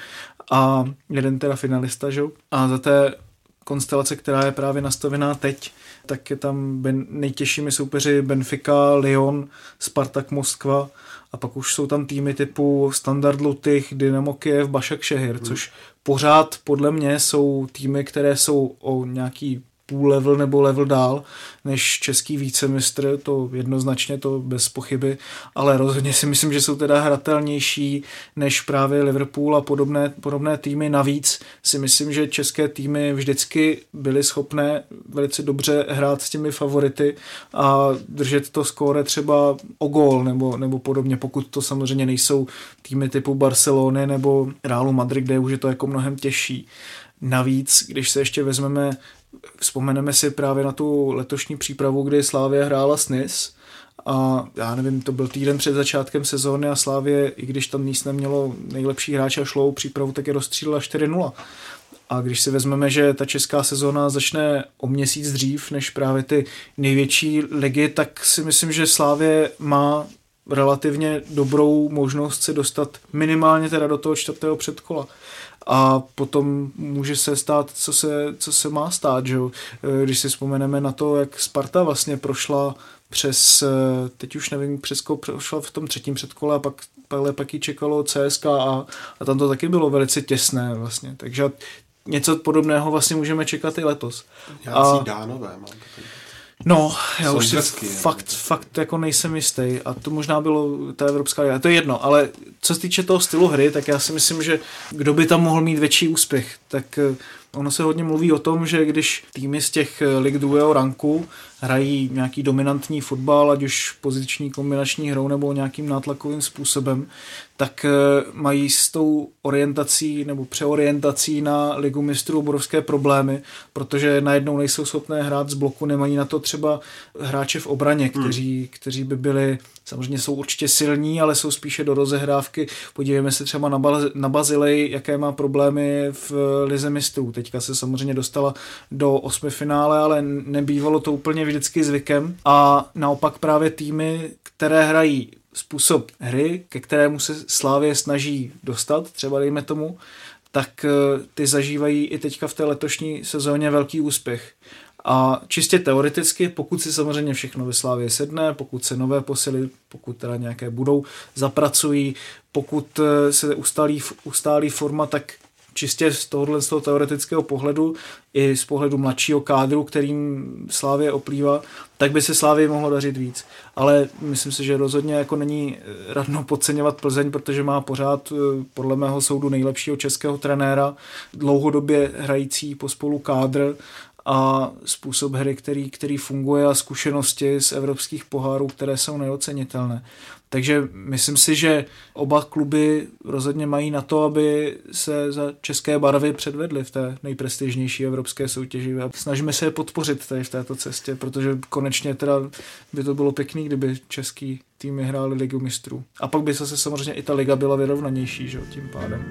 a jeden teda finalista, že? A za té konstelace, která je právě nastavená teď, tak je tam ben, nejtěžšími soupeři Benfica, Lyon, Spartak Moskva a pak už jsou tam týmy typu Standard Lutych, Dynamo Kyjev, Başak Šehir, hmm. což pořád podle mě jsou týmy, které jsou o nějaký půl level nebo level dál než český vícemistr, to jednoznačně, to bez pochyby, ale rozhodně si myslím, že jsou teda hratelnější než právě Liverpool a podobné, podobné týmy. Navíc si myslím, že české týmy vždycky byly schopné velice dobře hrát s těmi favority a držet to skóre třeba o gól nebo, nebo podobně, pokud to samozřejmě nejsou týmy typu Barcelony nebo Realu Madrid, kde už je to jako mnohem těžší. Navíc, když se ještě vezmeme vzpomeneme si právě na tu letošní přípravu, kdy Slavia hrála s Nice a já nevím, to byl týden před začátkem sezóny a Slavie, i když tam Nice nemělo nejlepší hráče a šlo o přípravu, tak je rozstřílila čtyři nula. A když si vezmeme, že ta česká sezóna začne o měsíc dřív než právě ty největší ligy, tak si myslím, že Slavie má relativně dobrou možnost se dostat minimálně teda do toho čtvrtého předkola. A potom může se stát, co se, co se má stát, že? Když si vzpomeneme na to, jak Sparta vlastně prošla přes, teď už nevím, přes koho prošla v tom třetím předkole a pak, pak, pak ji čekalo C S K A a tam to taky bylo velice těsné vlastně, takže něco podobného vlastně můžeme čekat i letos. Nějací a Dánové mám takový. No, já už si fakt, fakt jako nejsem jistý a to možná bylo ta Evropská liga, to je jedno, ale co se týče toho stylu hry, tak já si myslím, že kdo by tam mohl mít větší úspěch, tak ono se hodně mluví o tom, že když týmy z těch lig druhého ranku hrají nějaký dominantní fotbal, ať už poziční kombinační hrou nebo nějakým nátlakovým způsobem, tak mají s tou orientací nebo přeorientací na ligu mistrů obrovské problémy, protože najednou nejsou schopné hrát z bloku, nemají na to třeba hráče v obraně, kteří, hmm. kteří by byli, samozřejmě jsou určitě silní, ale jsou spíše do rozehrávky. Podívejme se třeba na, Baz- na Bazilej, jaké má problémy v lize mistrů. Teďka se samozřejmě dostala do osmifinále, ale nebývalo to úplně vždycky zvykem. A naopak právě týmy, které hrají způsob hry, ke kterému se Slavie snaží dostat, třeba dejme tomu, tak ty zažívají i teďka v té letošní sezóně velký úspěch. A čistě teoreticky, pokud si samozřejmě všechno ve Slavii sedne, pokud se nové posily, pokud teda nějaké budou, zapracují, pokud se ustálí, ustálí forma, tak čistě z tohohle z toho teoretického pohledu i z pohledu mladšího kádru, kterým Slavie oplývá, tak by se Slavii mohlo dařit víc. Ale myslím si, že rozhodně jako není radno podceňovat Plzeň, protože má pořád podle mého soudu nejlepšího českého trenéra, dlouhodobě hrající pospolu kádr a způsob hry, který, který funguje a zkušenosti z evropských pohárů, které jsou neocenitelné. Takže myslím si, že oba kluby rozhodně mají na to, aby se za české barvy předvedly v té nejprestižnější evropské soutěži. A snažíme se je podpořit tady v této cestě, protože konečně teda by to bylo pěkný, kdyby český týmy hráli Ligu mistrů. A pak by zase samozřejmě i ta liga byla vyrovnanější, že, tím pádem.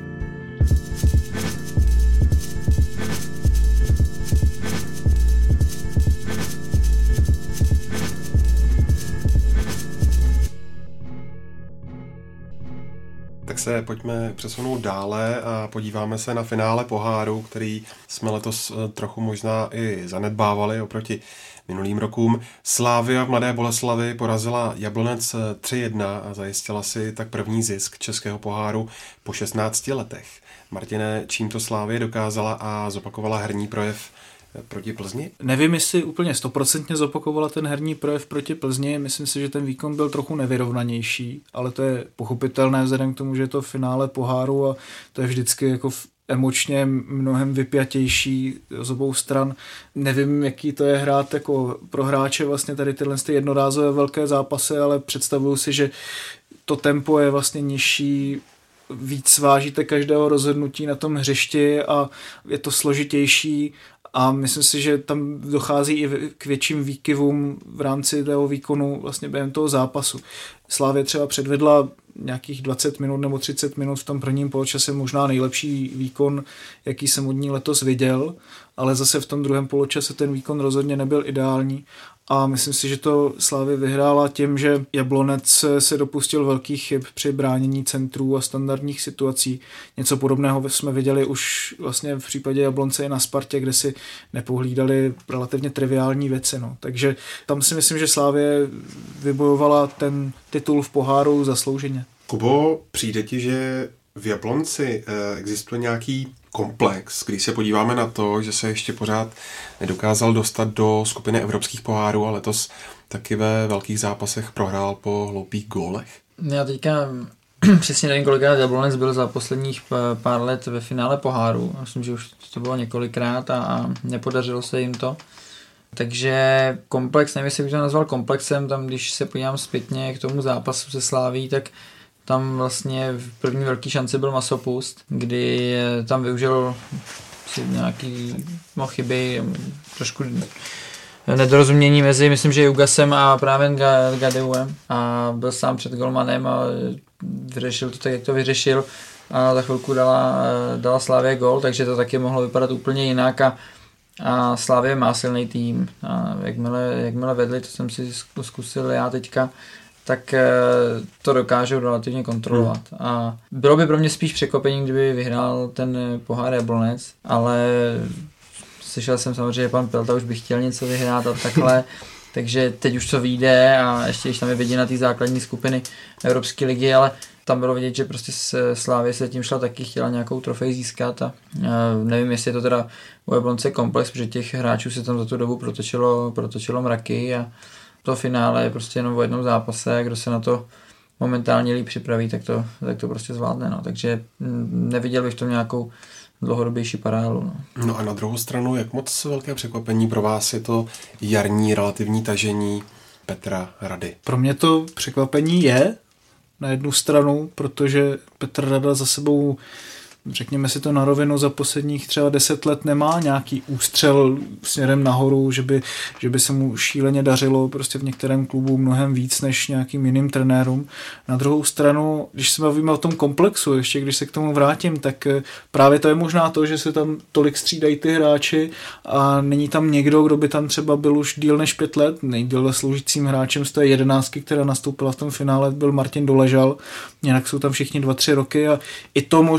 Tak se pojďme přesunout dále a podíváme se na finále poháru, který jsme letos trochu možná i zanedbávali oproti minulým rokům. Slavia v Mladé Boleslavi porazila Jablonec tři jedna a zajistila si tak první zisk českého poháru po šestnácti letech. Martine, čím to Slavie dokázala a zopakovala herní projev proti Plzni? Nevím, jestli úplně stoprocentně zopakovala ten herní projev proti Plzni. Myslím si, že ten výkon byl trochu nevyrovnanější, ale to je pochopitelné vzhledem k tomu, že je to finále poháru a to je vždycky jako emočně mnohem vypjatější z obou stran. Nevím, jaký to je hrát jako pro hráče vlastně tady tyhle jednorázové velké zápasy, ale představuju si, že to tempo je vlastně nižší, víc vážíte každého rozhodnutí na tom hřišti a je to složitější a myslím si, že tam dochází i k větším výkyvům v rámci toho výkonu vlastně během toho zápasu. Slavie třeba předvedla nějakých dvacet minut nebo třicet minut v tom prvním poločase možná nejlepší výkon, jaký jsem od ní letos viděl, ale zase v tom druhém poločase ten výkon rozhodně nebyl ideální a myslím si, že to Slavie vyhrála tím, že Jablonec se dopustil velkých chyb při bránění centrů a standardních situací. Něco podobného jsme viděli už vlastně v případě Jablonce i na Spartě, kde si nepohlídali relativně triviální věci. No. Takže tam si myslím, že Slavie vybojovala ten titul v poháru zaslouženě. Kubo, přijde ti, že v Jablonci existuje nějaký komplex, když se podíváme na to, že se ještě pořád nedokázal dostat do skupiny evropských pohárů a letos taky ve velkých zápasech prohrál po hloupých gólech? Já teďka přesně nevím, kolikrát Jablonec byl za posledních pár let ve finále poháru. Myslím, že už to bylo několikrát a, a nepodařilo se jim to. Takže komplex, nevím, jestli bych to nazval komplexem, tam když se podívám zpětně k tomu zápasu se Slaví, tak tam vlastně v první velký šanci byl Masopust, kdy tam využil si nějaký no, chyby, trošku nedorozumění mezi, myslím, že Jugasem a právě Gadeuem a byl sám před golmanem a vyřešil to tak, jak to vyřešil a za chvilku dala, dala Slavie gól, takže to taky mohlo vypadat úplně jinak a, a Slavie má silný tým a jakmile, jakmile vedli, to jsem si zkusil já teďka, tak to dokážou relativně kontrolovat. A bylo by pro mě spíš překvapení, kdyby vyhrál ten pohár Jablonec, ale slyšel jsem samozřejmě, že pan Pelta už by chtěl něco vyhrát a takhle, takže teď už to vyjde a ještě když tam je vidět na té základní skupiny Evropské ligy, ale tam bylo vidět, že prostě Slavie se tím šla taky, chtěla nějakou trofej získat a nevím, jestli je to teda u Jablonce komplex, protože těch hráčů se tam za tu dobu protočilo, protočilo mraky a to finále je prostě jenom o jednom zápase, kdo se na to momentálně líp připraví, tak to, tak to prostě zvládne. No. Takže neviděl bych v tom nějakou dlouhodobější paralelu. No. no a na druhou stranu, jak moc velké překvapení pro vás je to jarní relativní tažení Petra Rady? Pro mě to překvapení je na jednu stranu, protože Petr Rada za sebou, řekněme si to na rovinu, za posledních třeba deset let nemá nějaký ústřel směrem nahoru, že by, že by se mu šíleně dařilo prostě v některém klubu mnohem víc než nějakým jiným trenérům. Na druhou stranu, když se bavíme o tom komplexu, ještě když se k tomu vrátím, tak právě to je možná to, že se tam tolik střídají ty hráči a není tam někdo, kdo by tam třeba byl už díl než pět let. Nejdéle sloužícím hráčem z té jedenáctky, která nastoupila v tom finále, byl Martin Doležal. Jinak jsou tam všichni dva, tři roky a i to možná právě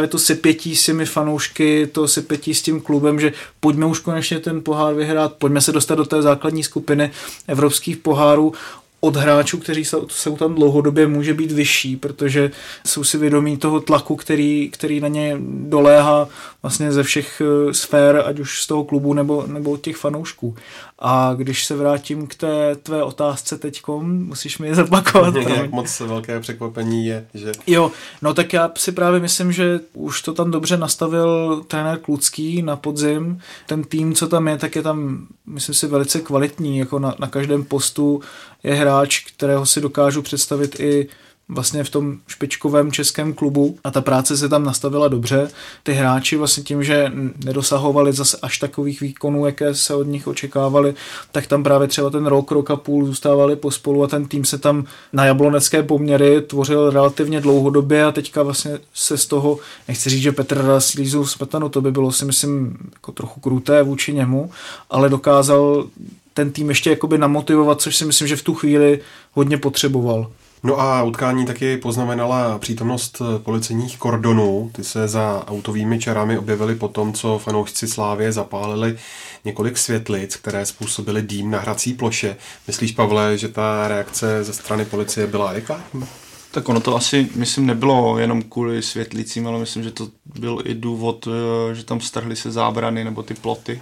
právě to sepětí s těmi fanoušky, to sepětí s tím klubem, že pojďme už konečně ten pohár vyhrát, pojďme se dostat do té základní skupiny evropských pohárů. Od hráčů, kteří jsou tam dlouhodobě, může být vyšší, protože jsou si vědomí toho tlaku, který, který na ně doléhá vlastně ze všech sfér, ať už z toho klubu nebo, nebo od těch fanoušků. A když se vrátím k té tvé otázce teďkom, musíš mi je zapakovat. Jak moc velké překvapení je, že... Jo, no tak já si právě myslím, že už to tam dobře nastavil trenér Klucký na podzim. Ten tým, co tam je, tak je tam, myslím si, velice kvalitní, jako na, na každém postu je hráč, kterého si dokážu představit i vlastně v tom špičkovém českém klubu a ta práce se tam nastavila dobře. Ty hráči vlastně tím, že nedosahovali zase až takových výkonů, jaké se od nich očekávali, tak tam právě třeba ten rok, rok a půl zůstávali pospolu a ten tým se tam na jablonecké poměry tvořil relativně dlouhodobě a teďka vlastně se z toho, nechci říct, že Petr slízl smetanu, to by bylo si myslím jako trochu kruté vůči němu, ale dokázal ten tým ještě jakoby namotivovat, což si myslím, že v tu chvíli hodně potřeboval. No a utkání taky poznamenala přítomnost policejních kordonů. Ty se za autovými čarami objevily po tom, co fanoušci Slávie zapálili několik světlic, které způsobily dým na hrací ploše. Myslíš, Pavle, že ta reakce ze strany policie byla adekvátní? Tak ono to asi, myslím, nebylo jenom kvůli světlicím, ale myslím, že to byl i důvod, že tam strhly se zábrany nebo ty ploty.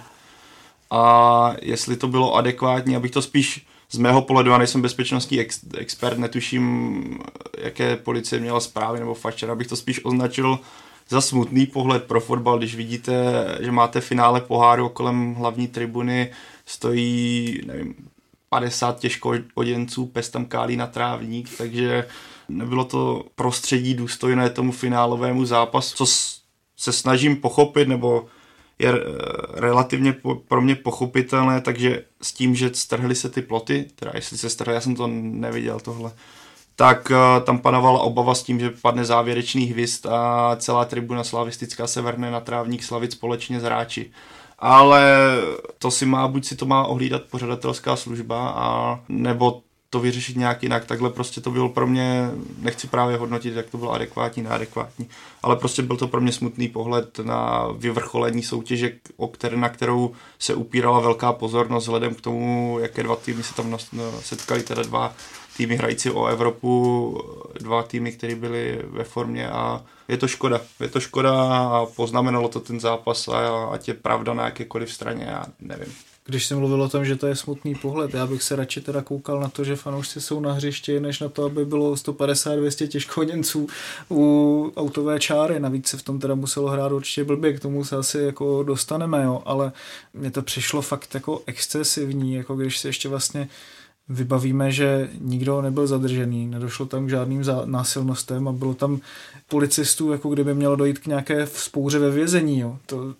A jestli to bylo adekvátní, abych to spíš z mého pohledu, já nejsem bezpečnostní ex, expert, netuším, jaké policie měla zprávy nebo fačer, abych to spíš označil za smutný pohled pro fotbal, když vidíte, že máte finále poháru, kolem hlavní tribuny stojí, nevím, padesát těžkooděnců, pes tam kálí na trávník, takže nebylo to prostředí důstojné tomu finálovému zápasu, co se snažím pochopit, nebo je relativně pro mě pochopitelné, takže s tím, že strhly se ty ploty, teda jestli se strhly, já jsem to neviděl tohle, tak tam panovala obava s tím, že padne závěrečný hvizd a celá tribuna slavistická se vrhne na trávník slavit společně s hráči. Ale to si má, buď si to má ohlídat pořadatelská služba, a nebo to vyřešit nějak jinak. Takhle prostě to bylo pro mě, nechci právě hodnotit, jak to bylo adekvátní, neadekvátní, ale prostě byl to pro mě smutný pohled na vyvrcholení soutěže, o které, na kterou se upírala velká pozornost vzhledem k tomu, jaké dva týmy se tam setkali, teda dva týmy hrající o Evropu, dva týmy, které byly ve formě, a je to škoda. Je to škoda a poznamenalo to ten zápas, a ať je pravda na jakékoliv straně, já nevím. Když jsem mluvil o tom, že to je smutný pohled, já bych se radši teda koukal na to, že fanoušci jsou na hřišti, než na to, aby bylo sto padesát dvě stě těžkohoděnců u autové čáry. Navíc se v tom teda muselo hrát určitě blbě, k tomu se asi jako dostaneme, jo, ale mně to přišlo fakt jako excesivní, jako když se ještě vlastně vybavíme, že nikdo nebyl zadržený, nedošlo tam k žádným násilnostem a bylo tam policistů, jako kdyby mělo dojít k nějaké vzpouře ve vězení, jo. To,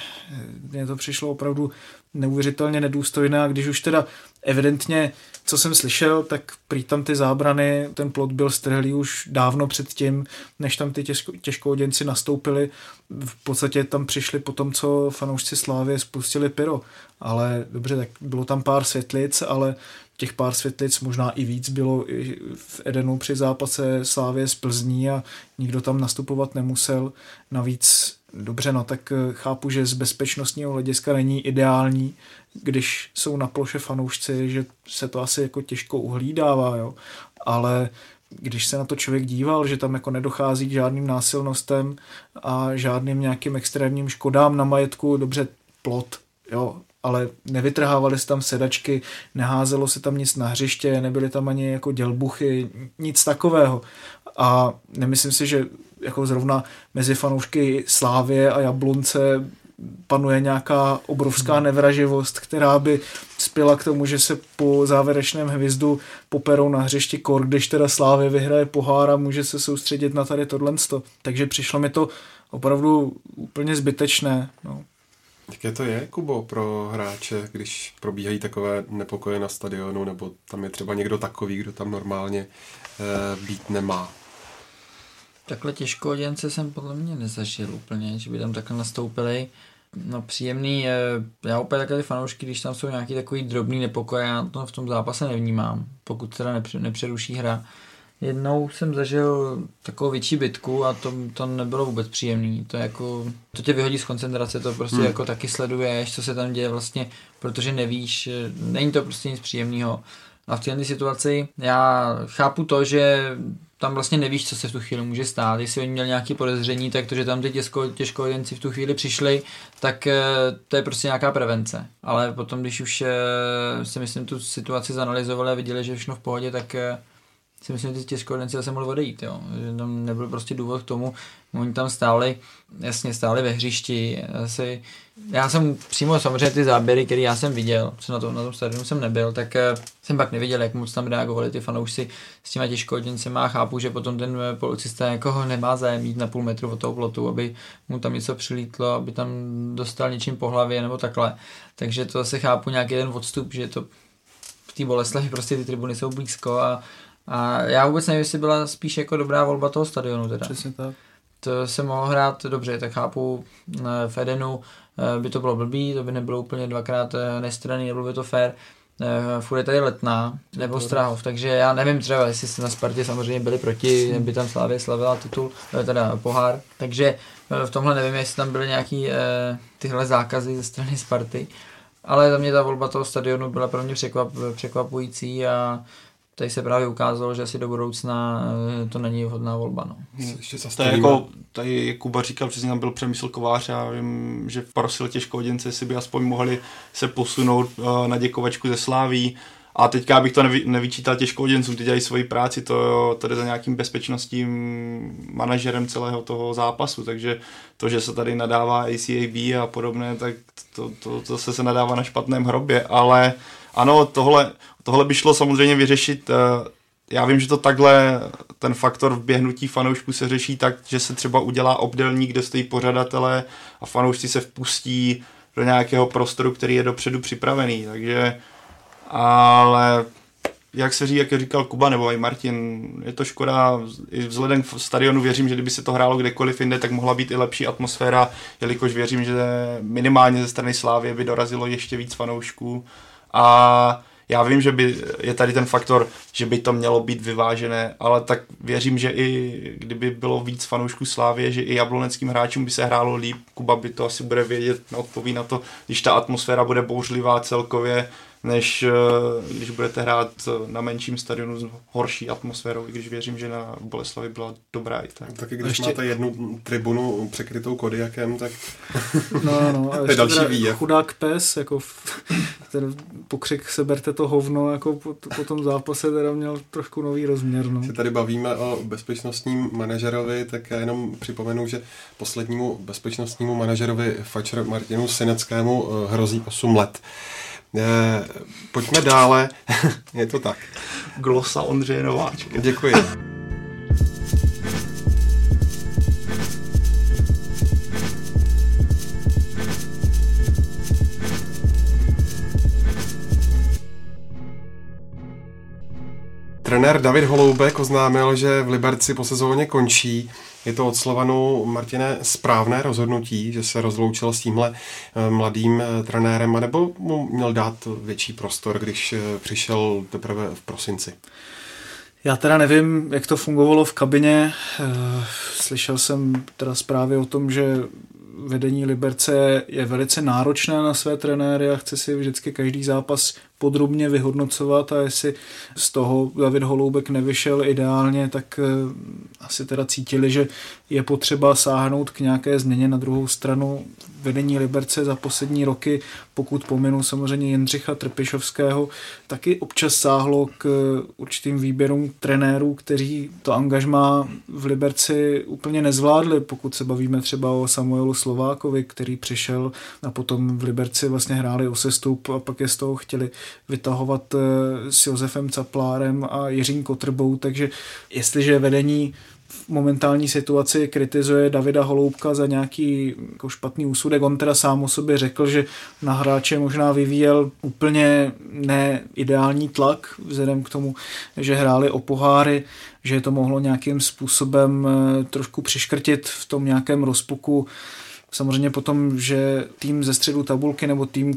mně to přišlo opravdu neuvěřitelně nedůstojné, a když už teda evidentně, co jsem slyšel, tak prý tam ty zábrany, ten plot byl strhlý už dávno předtím, než tam ty těžko, těžkooděnci nastoupili. V podstatě tam přišli po tom, co fanoušci Slávie spustili pyro. Ale dobře, tak bylo tam pár světlic, ale těch pár světlic, možná i víc, bylo i v Edenu při zápase Slávie z Plzní a nikdo tam nastupovat nemusel. Navíc dobře, no tak chápu, že z bezpečnostního hlediska není ideální, když jsou na ploše fanoušci, že se to asi jako těžko uhlídává, jo. Ale když se na to člověk díval, že tam jako nedochází k žádným násilnostem a žádným nějakým extrémním škodám na majetku, dobře, plot, jo, ale nevytrhávali se tam sedačky, neházelo se tam nic na hřiště, nebyly tam ani jako dělbuchy, nic takového. A nemyslím si, že jako zrovna mezi fanoušky Slávie a Jablonce panuje nějaká obrovská nevraživost, která by spěla k tomu, že se po závěrečném hvizdu poperou na hřišti kor, když teda Slávie vyhraje pohár a může se soustředit na tady tohlensto. Takže přišlo mi to opravdu úplně zbytečné. No. Jaké to je, Kubo, pro hráče, když probíhají takové nepokoje na stadionu, nebo tam je třeba někdo takový, kdo tam normálně e, být nemá? Takhle těžkooděnce jsem podle mě nezažil úplně, že by tam takhle nastoupili. No příjemný, já úplně takhle ty fanoušky, když tam jsou nějaký takový drobný nepokoj, já to v tom zápase nevnímám, pokud teda nepřeruší hra, Jednou jsem zažil takovou větší bitku a to, to nebylo vůbec příjemný. To jako, to tě vyhodí z koncentrace, to prostě hmm. jako taky sleduješ, co se tam děje vlastně, protože nevíš, není to prostě nic příjemného. A v této situaci já chápu to, že tam vlastně nevíš, co se v tu chvíli může stát. Jestli oni měli nějaké podezření, tak to, že tam ty těžko, těžkojedenci v tu chvíli přišli, tak to je prostě nějaká prevence. Ale potom, když už si myslím tu situaci zanalyzovali a viděli, že je všechno v pohodě, tak si myslím, že ty těžkojedenci zase mohli odejít. Jo. Že tam nebyl prostě důvod k tomu. Oni tam stáli, jasně stáli ve hřišti. Asi, já jsem přímo samozřejmě ty záběry, které já jsem viděl, co na tom, na tom stadionu jsem nebyl, tak jsem pak neviděl, jak moc tam reagovali ty fanoušci s těma těžkojedencema a chápu, že potom ten policista jako nemá zájem jít na půl metru od toho plotu, aby mu tam něco přilítlo, aby tam dostal něčím po hlavě nebo takhle. Takže to zase chápu nějaký jeden odstup, že to v té Boleslavi prostě ty tribuny jsou blízko a A já vůbec nevím, jestli byla spíš jako dobrá volba toho stadionu teda. Přesně tak. To se mohlo hrát dobře, tak chápu v Edenu by to bylo blbý, to by nebylo úplně dvakrát nestranný, nebylo by to fair. Furt je tady Letná nebo Strahov, takže já nevím třeba, jestli se na Spartě samozřejmě byli proti, by tam Slavie slavila titul, teda pohár, takže v tomhle nevím, jestli tam byly nějaký tyhle zákazy ze strany Sparty, ale za mě ta volba toho stadionu byla pro mě překvap, překvapující a tady se právě ukázalo, že asi do budoucna to není vhodná volba. No. To je jako, tady jak Kuba říkal, přesně tam byl Přemysl Kovář, já vím, že prosil těžkojedenci, jestli by aspoň mohli se posunout na děkovačku ze Sláví. A teďka bych to nevy, nevyčítal těžkojedencům, ty dělají svoji práci, to, to jde za nějakým bezpečnostním manažerem celého toho zápasu, takže to, že se tady nadává A C A B a podobné, tak to, to, to se, se nadává na špatném hrobě, ale ano, tohle, tohle by šlo samozřejmě vyřešit. Já vím, že to takhle, ten faktor v běhnutí fanoušků se řeší tak, že se třeba udělá obdélník, kde stojí pořadatelé a fanoušci se vpustí do nějakého prostoru, který je dopředu připravený, takže ale jak se ří, jak říkal Kuba nebo i Martin, je to škoda, i vzhledem k stadionu věřím, že kdyby se to hrálo kdekoliv jinde, tak mohla být i lepší atmosféra, jelikož věřím, že minimálně ze strany Slávie by dorazilo ještě víc fanoušků a já vím, že by je tady ten faktor, že by to mělo být vyvážené, ale tak věřím, že i kdyby bylo víc fanoušků Slávie, že i jabloneckým hráčům by se hrálo líp, Kuba by to asi bude vědět, odpoví na to, když ta atmosféra bude bouřlivá celkově, než když budete hrát na menším stadionu s horší atmosférou, i když věřím, že na Boleslavi byla dobrá i tak. Taky když ještě máte jednu tribunu překrytou Kodiakem, tak no, no, to je další výjev. Chudák pes, jako ten pokřik seberte to hovno, jako po, po tom zápase teda měl trošku nový rozměr. No. Se tady bavíme o bezpečnostním manažerovi, tak já jenom připomenu, že poslednímu bezpečnostnímu manažerovi Fatscher Martinu Syneckému hrozí osm let. E, pojďme dále, je to tak. Glosa Ondřeje Nováčka. Děkuji. Trenér David Holoubek oznámil, že v Liberci po sezóně končí. Je to od Slovanu, Martine, správné rozhodnutí, že se rozloučil s tímhle mladým trenérem, anebo mu měl dát větší prostor, když přišel teprve v prosinci? Já teda nevím, jak to fungovalo v kabině. Slyšel jsem teda zprávy o tom, že vedení Liberce je velice náročné na své trenéry a chce si vždycky každý zápas podrobně vyhodnocovat a jestli z toho David Holoubek nevyšel ideálně, tak asi teda cítili, že je potřeba sáhnout k nějaké změně. Na druhou stranu vedení Liberce za poslední roky, pokud pominu samozřejmě Jindřicha Trpišovského, taky občas sáhlo k určitým výběrům trenérů, kteří to angažmá v Liberci úplně nezvládli, pokud se bavíme třeba o Samuelu Slovákovi, který přišel a potom v Liberci vlastně hráli o sestup a pak je z toho chtěli vytahovat s Josefem Caplárem a Jiřím Kotrbou, takže jestliže vedení v momentální situaci kritizuje Davida Holoubka za nějaký jako špatný úsudek, on teda sám o sobě řekl, že na hráče možná vyvíjel úplně neideální tlak vzhledem k tomu, že hráli o poháry, že to mohlo nějakým způsobem trošku přiškrtit v tom nějakém rozpuku. Samozřejmě potom, že tým ze středu tabulky nebo tým,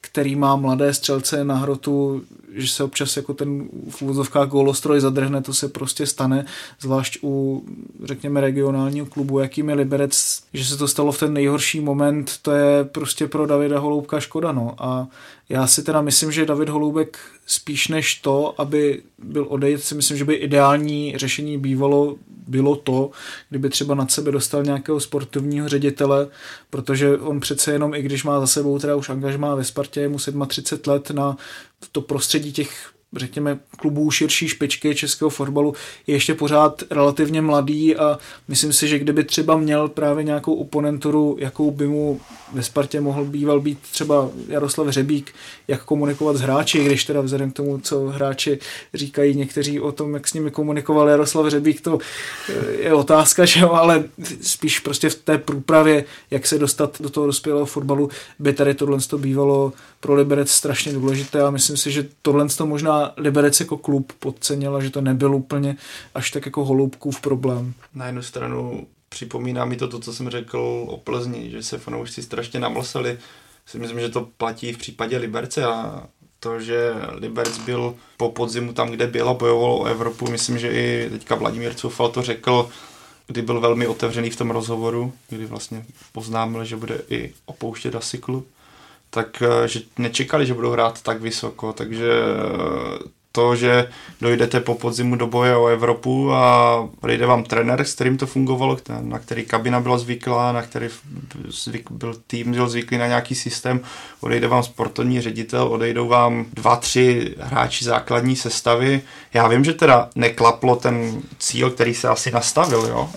který má mladé střelce na hrotu, že se občas jako ten v úvozovkách gólostroj zadrhne, to se prostě stane, zvlášť u, řekněme, regionálního klubu, jakým je Liberec, že se to stalo v ten nejhorší moment, to je prostě pro Davida Holoubka škoda, no. A já si teda myslím, že David Holoubek spíš než to, aby byl odejít, si myslím, že by ideální řešení bývalo bylo to, kdyby třeba nad sebe dostal nějakého sportovního ředitele, protože on přece jenom, i když má za sebou teda už angažmá ve Spartě, je mu třicet sedm let na to prostředí těch, řekněme, klubů širší špičky českého fotbalu, je ještě pořád relativně mladý a myslím si, že kdyby třeba měl právě nějakou oponenturu, jakou by mu ve Spartě mohl býval být třeba Jaroslav Hřebík, jak komunikovat s hráči, když teda vzhledem k tomu, co hráči říkají někteří o tom, jak s nimi komunikoval Jaroslav Hřebík, to je otázka, že jo, ale spíš prostě v té průpravě, jak se dostat do toho dospělého fotbalu, by tady tohle to bývalo pro Liberec strašně důležité a myslím si, že tohle to možná Liberec jako klub podcenil a že to nebyl úplně až tak jako Holoubkův problém. Na jednu stranu připomíná mi to to, co jsem řekl o Plzni, že se fanoušci strašně namlsali. Si myslím, že to platí v případě Liberce a to, že Liberec byl po podzimu tam, kde byl a bojoval o Evropu, myslím, že i teďka Vladimír Coufal to řekl, kdy byl velmi otevřený v tom rozhovoru, kdy vlastně oznámil, že bude i opouštět asi klub, tak že nečekali, že budou hrát tak vysoko, takže to, že dojdete po podzimu do boje o Evropu a přijde vám trenér, s kterým to fungovalo, na který kabina byla zvyklá, na který zvyk, byl tým byl zvyklý na nějaký systém, odejde vám sportovní ředitel, odejdou vám dva, tři hráči základní sestavy. Já vím, že teda neklaplo ten cíl, který se asi nastavil, jo,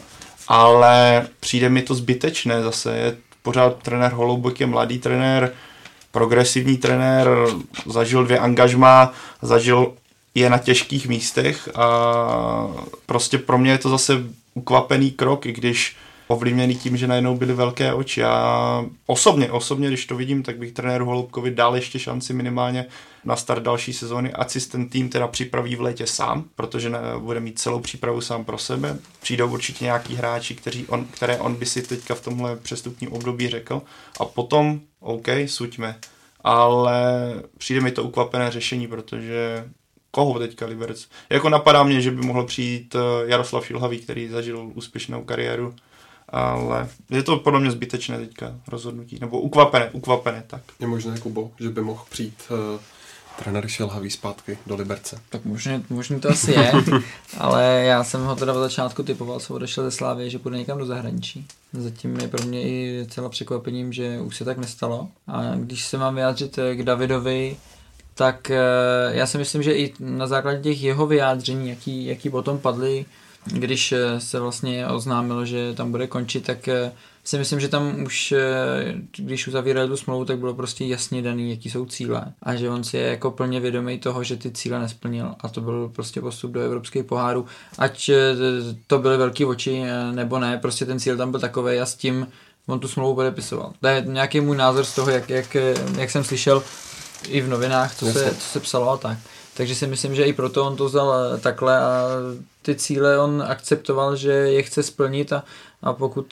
ale přijde mi to zbytečné zase. Je pořád trenér Holoubek, je mladý trenér, progresivní trenér, zažil dvě angažmá, zažil je na těžkých místech a prostě pro mě je to zase ukvapený krok, i když ovlivněný tím, že najednou byly velké oči. Já osobně, osobně, když to vidím, tak bych trenéru Holoubkovi dal ještě šanci minimálně na start další sezóny, ať si ten tým teda připraví v létě sám, protože ne, bude mít celou přípravu sám pro sebe. Přijdou určitě nějaký hráči, kteří on, které on by si teďka v tomhle přestupním období řekl a potom, OK, suďme. Ale přijde mi to ukvapené řešení, protože koho teďka Liberec? Jako napadá mě, že by mohl přijít Jaroslav Šilhavý, který zažil úspěšnou kariéru, ale je to podle mě zbytečné teďka rozhodnutí, nebo ukvapené, ukvapené, tak. Je možné, Kubo, že by mohl přijít uh, trenér Šilhavý zpátky do Liberce? Tak možný, možný to asi je, ale já jsem ho teda v začátku typoval, co odešel ze Slávie, že půjde někam do zahraničí. Zatím je pro mě i celá překvapením, že už se tak nestalo. A když se mám vyjádřit k Davidovi, tak já si myslím, že i na základě těch jeho vyjádření, jaký, jaký potom padly, když se vlastně oznámilo, že tam bude končit, tak si myslím, že tam už, když uzavírali tu smlouvu, tak bylo prostě jasně daný, jaký jsou cíle a že on si je jako plně vědomý toho, že ty cíle nesplnil a to byl prostě postup do evropských pohárů. Ať to byly velký oči nebo ne, prostě ten cíl tam byl takovej a s tím on tu smlouvu podepisoval. To je nějaký můj názor z toho, jak, jak, jak jsem slyšel i v novinách, co se, co se psalo a tak. Takže si myslím, že i proto on to vzal takhle a ty cíle on akceptoval, že je chce splnit a, a pokud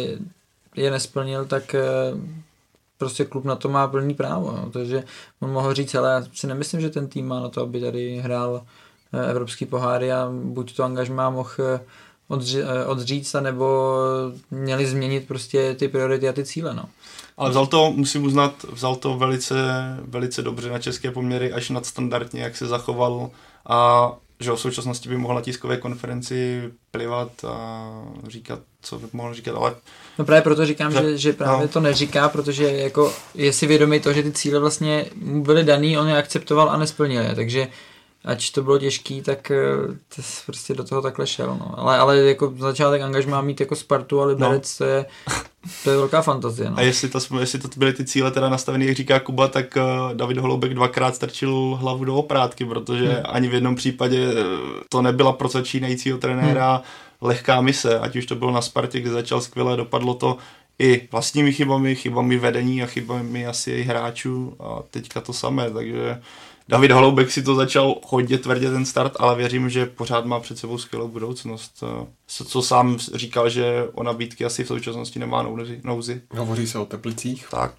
je nesplnil, tak prostě klub na to má plný právo. No. Takže on mohl říct, ale já si nemyslím, že ten tým má na to, aby tady hrál evropský poháry a buď to angažmá mohl odři, odříct, nebo měli změnit prostě ty priority a ty cíle. No. Ale vzal to, musím uznat, vzal to velice, velice dobře na české poměry, až nadstandardně, jak se zachoval a že v současnosti by mohl na tiskové konferenci plivat a říkat, co by mohl říkat, ale... No právě proto říkám, že, že, že právě no. to neříká, protože jako je si vědomý to, že ty cíle vlastně mu byly daný, on je akceptoval a nesplnil je, takže ať to bylo těžký, tak to prostě do toho takhle šel, no. Ale, ale jako začátek angažmá mít jako Spartu a Liberec, no. to, je, to je velká fantazie, no. A jestli to, jestli to byly ty cíle teda nastavené, jak říká Kuba, tak uh, David Holoubek dvakrát strčil hlavu do oprátky, protože hmm. ani v jednom případě to nebyla pro začínajícího trenéra hmm. lehká mise, ať už to bylo na Spartě, kde začal skvěle, dopadlo to i vlastními chybami, chybami vedení a chybami asi i hráčů a teďka to samé, takže David Holoubek si to začal hodně tvrdě ten start, ale věřím, že pořád má před sebou skvělou budoucnost. Co sám říkal, že o nabídky asi v současnosti nemá nouzi. Hovoří se o Teplicích. Tak,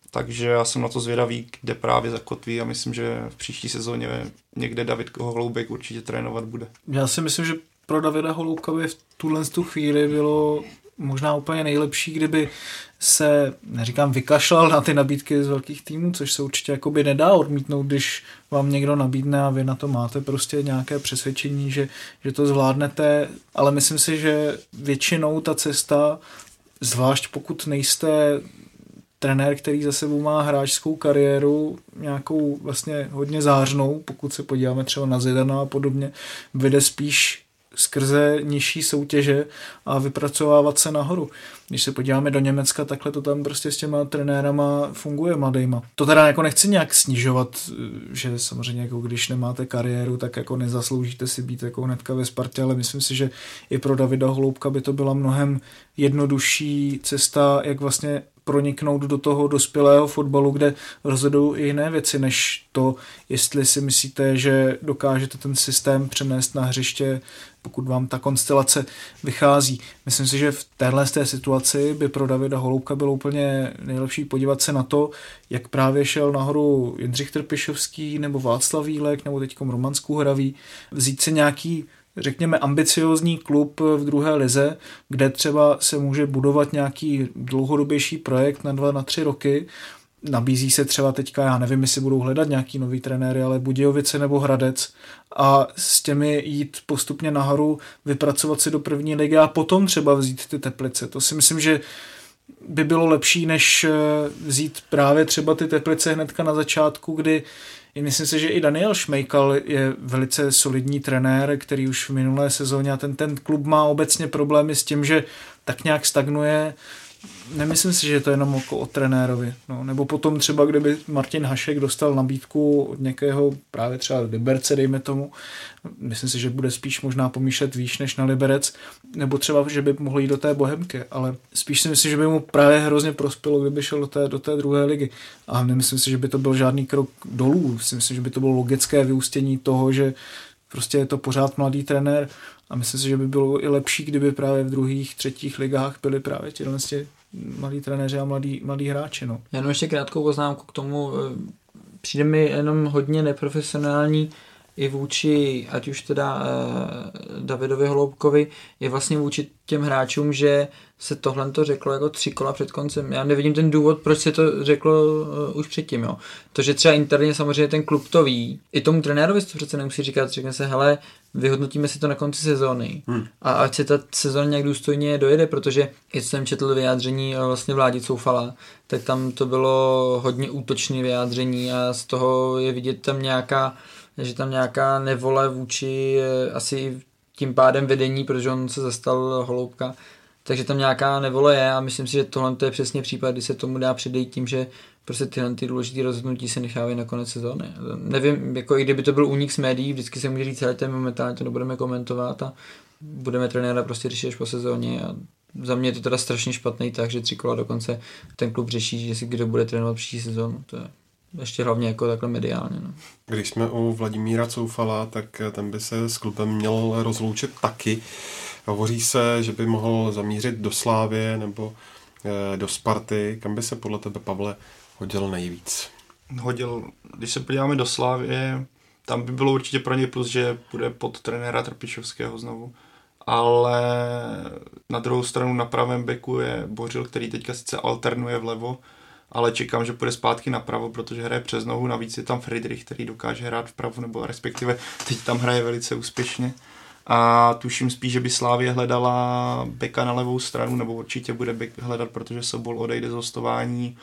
takže já jsem na to zvědavý, kde právě zakotví a myslím, že v příští sezóně někde David Holoubek určitě trénovat bude. Já si myslím, že pro Davida Holoubka by v tuhle tu chvíli bylo možná úplně nejlepší, kdyby se, neříkám, vykašlal na ty nabídky z velkých týmů, což se určitě jakoby nedá odmítnout, když vám někdo nabídne a vy na to máte prostě nějaké přesvědčení, že, že to zvládnete, ale myslím si, že většinou ta cesta, zvlášť pokud nejste trenér, který za sebou má hráčskou kariéru nějakou vlastně hodně zářnou, pokud se podíváme třeba na Zidana a podobně, vede spíš skrze nižší soutěže a vypracovávat se nahoru. Když se podíváme do Německa, takhle to tam prostě s těma trenérama funguje mladejma. To teda jako nechci nějak snižovat, že samozřejmě jako když nemáte kariéru, tak jako nezasloužíte si být jako hnedka ve Spartě, ale myslím si, že i pro Davida Holoubka by to byla mnohem jednodušší cesta, jak vlastně proniknout do toho dospělého fotbalu, kde rozhodují i jiné věci, než to, jestli si myslíte, že dokážete ten systém přenést na hřiště, pokud vám ta konstelace vychází. Myslím si, že v téhle té situaci by pro Davida Holoubka bylo úplně nejlepší podívat se na to, jak právě šel nahoru Jindřich Trpišovský nebo Václav Vílek nebo teďkom Roman Skuhravý, vzít si nějaký, řekněme, ambiciózní klub v druhé lize, kde třeba se může budovat nějaký dlouhodobější projekt na dva, na tři roky. Nabízí se třeba teďka, já nevím, jestli budou hledat nějaký nový trenéry, ale Budějovice nebo Hradec a s těmi jít postupně nahoru, vypracovat si do první ligy a potom třeba vzít ty Teplice. To si myslím, že by bylo lepší, než vzít právě třeba ty Teplice hnedka na začátku, kdy myslím si, že i Daniel Šmejkal je velice solidní trenér, který už v minulé sezóně a ten, ten klub má obecně problémy s tím, že tak nějak stagnuje. Nemyslím si, že je to jenom jako o trenérovi. No, nebo potom třeba, kdyby Martin Hašek dostal nabídku od někého právě třeba Liberce, dejme tomu, myslím si, že bude spíš možná pomýšlet výš než na Liberec, nebo třeba, že by mohl jít do té Bohemky, ale spíš si myslím, že by mu právě hrozně prospělo, kdyby šel do té, do té druhé ligy. A nemyslím si, že by to byl žádný krok dolů. Myslím si, že by to bylo logické vyústění toho, že prostě je to pořád mladý trenér a myslím si, že by bylo i lepší, kdyby právě v druhých, třetích ligách byli právě těhle mladí trenéři a mladí, mladí hráči. No. Já jenom ještě krátkou poznámku k tomu. Přijde mi jenom hodně neprofesionální i vůči, ať už teda eh, Davidovi Holoubkovi, je vlastně vůči těm hráčům, že se tohle to řeklo jako tři kola před koncem. Já nevidím ten důvod, proč se to řeklo uh, už předtím. Jo. To, že třeba interně samozřejmě ten klub to ví, i tomu trenérovi to přece nemusí říkat, řekne se, hele, vyhodnotíme si to na konci sezóny. Hmm. A ať se ta sezóna nějak důstojně dojede, protože i jsem četl vyjádření vlastně Vládi Coufala, tak tam to bylo hodně útočné vyjádření a z toho je vidět tam nějaká, že tam nějaká nevole vůči asi tím pádem vedení, protože on se zastal Holoubka. Takže tam nějaká nevole je a myslím si, že tohle je přesně případ, kdy se tomu dá předejít tím, že prostě tyhle ty důležité rozhodnutí se nechávají na konec sezóny. Nevím, jako i kdyby to byl únik z médií, vždycky se může říct, ale ten momentálně to nebudeme komentovat a budeme trenéra prostě řešit až po sezóně a za mě je to teda strašně špatný tak, že tři kola dokonce ten klub řeší, že si kdo bude trénovat příští sezónu. To je ještě hlavně jako takhle mediálně. No. Když jsme u Vladimíra Coufala, tak ten by se s klubem měl rozloučit taky. Hovoří se, že by mohl zamířit do Slávie nebo e, do Sparty. Kam by se podle tebe, Pavle, hodil nejvíc? Hodil, když se podíváme do Slávie, tam by bylo určitě pro něj plus, že bude pod trenéra Trpišovského znovu. Ale na druhou stranu na pravém beku je Bořil, který teďka sice alternuje vlevo, ale čekám, že půjde zpátky napravo, protože hraje přes nohu, navíc je tam Friedrich, který dokáže hrát vpravo, nebo respektive teď tam hraje velice úspěšně. A tuším spíš, že by Slávie hledala beka na levou stranu, nebo určitě bude bek hledat, protože Sobol odejde z hostování.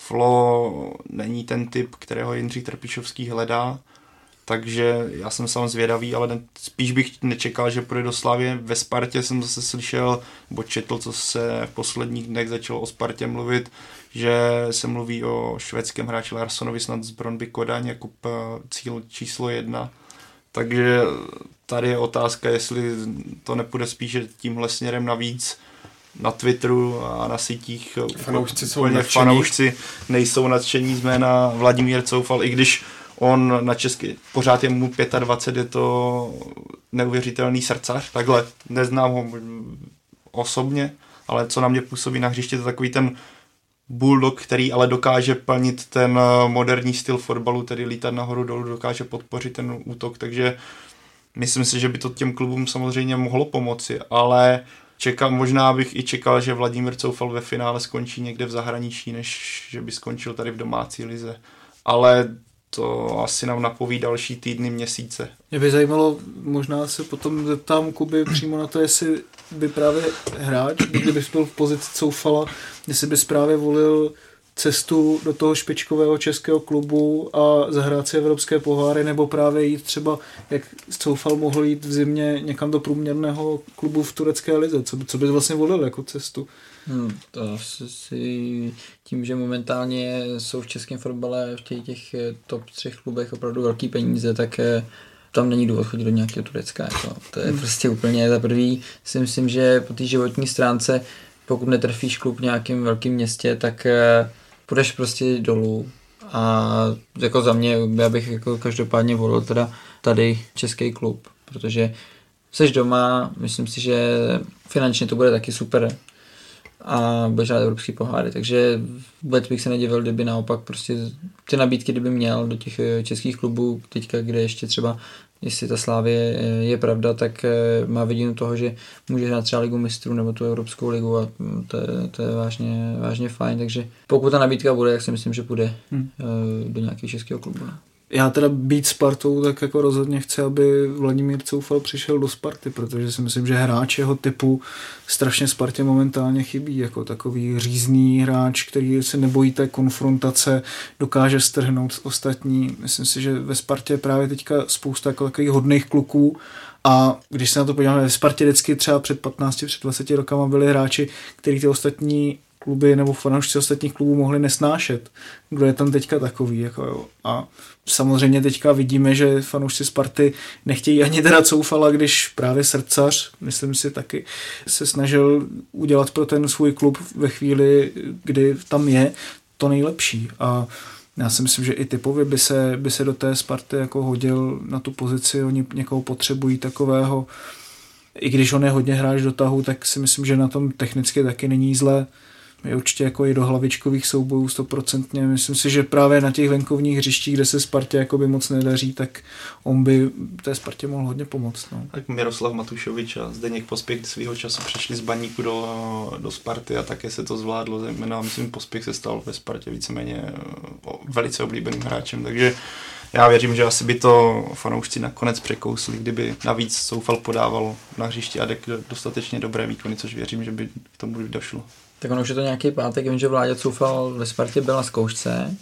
Flo není ten typ, kterého Jindřich Trpišovský hledá, takže já jsem sám zvědavý, ale spíš bych nečekal, že půjde do Slávie. Ve Spartě jsem zase slyšel, nebo četl, co se v posledních dnech začalo o Spartě mluvit, že se mluví o švédském hráči Larsonovi snad z Brøndby Kodaň jako cíl číslo jedna. Takže tady je otázka, jestli to nepůjde spíše tímhle směrem navíc. Na Twitteru a na sítích fanoušci jsou úplně fanoušci nejsou nadšení z jména Vladimír Coufal, i když on na česky pořád je mu dvacet pět, je to neuvěřitelný srdcař, takhle neznám ho osobně, ale co na mě působí na hřiště, to takový ten bulldog, který ale dokáže plnit ten moderní styl fotbalu, tedy lítat nahoru dolů, dokáže podpořit ten útok, takže myslím si, že by to těm klubům samozřejmě mohlo pomoci, ale čekám, možná bych i čekal, že Vladimír Coufal ve finále skončí někde v zahraničí, než že by skončil tady v domácí lize. Ale to asi nám napoví další týdny, měsíce. Mě by zajímalo, možná se potom zeptám Kuby přímo na to, jestli by právě hráč, kdyby byl v pozici Coufala, jestli by právě volil cestu do toho špičkového českého klubu a zahrát si evropské poháry, nebo právě jít třeba, jak Coufal mohl jít v zimě někam do průměrného klubu v turecké lize. Co, co bys vlastně volil jako cestu? Hmm, to si tím, že momentálně jsou v českém fotbale v těch, těch top třech klubech opravdu velký peníze, tak tam není důvod chodit do nějakého Turecka. Jako. To je prostě úplně za prvý. Si myslím, že po té životní stránce, pokud netrfíš klub v nějakém velkém městě, tak půjdeš prostě dolů. A jako za mě, já bych jako každopádně volil teda tady český klub, protože seš doma, myslím si, že finančně to bude taky super a budeš hrát evropský poháry, takže vůbec bych se nedivil, kdyby naopak prostě ty nabídky, kdyby měl do těch českých klubů, teďka, kde ještě třeba, jestli ta Slavie je pravda, tak má vidinu toho, že může hrát třeba ligu mistrů nebo tu evropskou ligu a to je, to je vážně, vážně fajn, takže pokud ta nabídka bude, tak si myslím, že půjde hmm. do nějakého českého klubu. Já teda být Spartou, tak jako rozhodně chci, aby Vladimír Coufal přišel do Sparty, protože si myslím, že hráč jeho typu strašně Spartě momentálně chybí, jako takový řízný hráč, který se nebojí té konfrontace, dokáže strhnout ostatní. Myslím si, že ve Spartě je právě teďka spousta jako takových hodných kluků a když se na to podíváme, ve Spartě vždycky třeba před patnácti, před dvaceti rokama byli hráči, kteří ty ostatní kluby nebo fanoušci ostatních klubů mohli nesnášet. Kdo je tam teďka takový. Jako jo. A samozřejmě teďka vidíme, že fanoušci Sparty nechtějí ani teda Coufala, když právě Srdcař, myslím si taky, se snažil udělat pro ten svůj klub ve chvíli, kdy tam je to nejlepší. A já si myslím, že i typově by se, by se do té Sparty jako hodil na tu pozici, oni někoho potřebují takového. I když on je hodně hráč do tahu, tak si myslím, že na tom technicky taky není zlé. Je určitě jako i do hlavičkových soubojů stoprocentně. Myslím si, že právě na těch venkovních hřištích, kde se Spartě jakoby moc nedaří, tak on by té Spartě mohl hodně pomoct. No. Tak Miroslav Matušovič a Zdeněk Pospěch svýho času přešli z Baníku do, do Sparty a také se to zvládlo. Zejména, myslím, Pospěch se stal ve Spartě víceméně velice oblíbeným hráčem, takže já věřím, že asi by to fanoušci nakonec překousli, kdyby navíc Coufal podával na hřišti a dostatečně dobré výkony, což věřím, že by k tomu došlo. Tak ono už je to nějaký pátek, vím, že Vláďa Coufal ve Spartě byl na zkoušce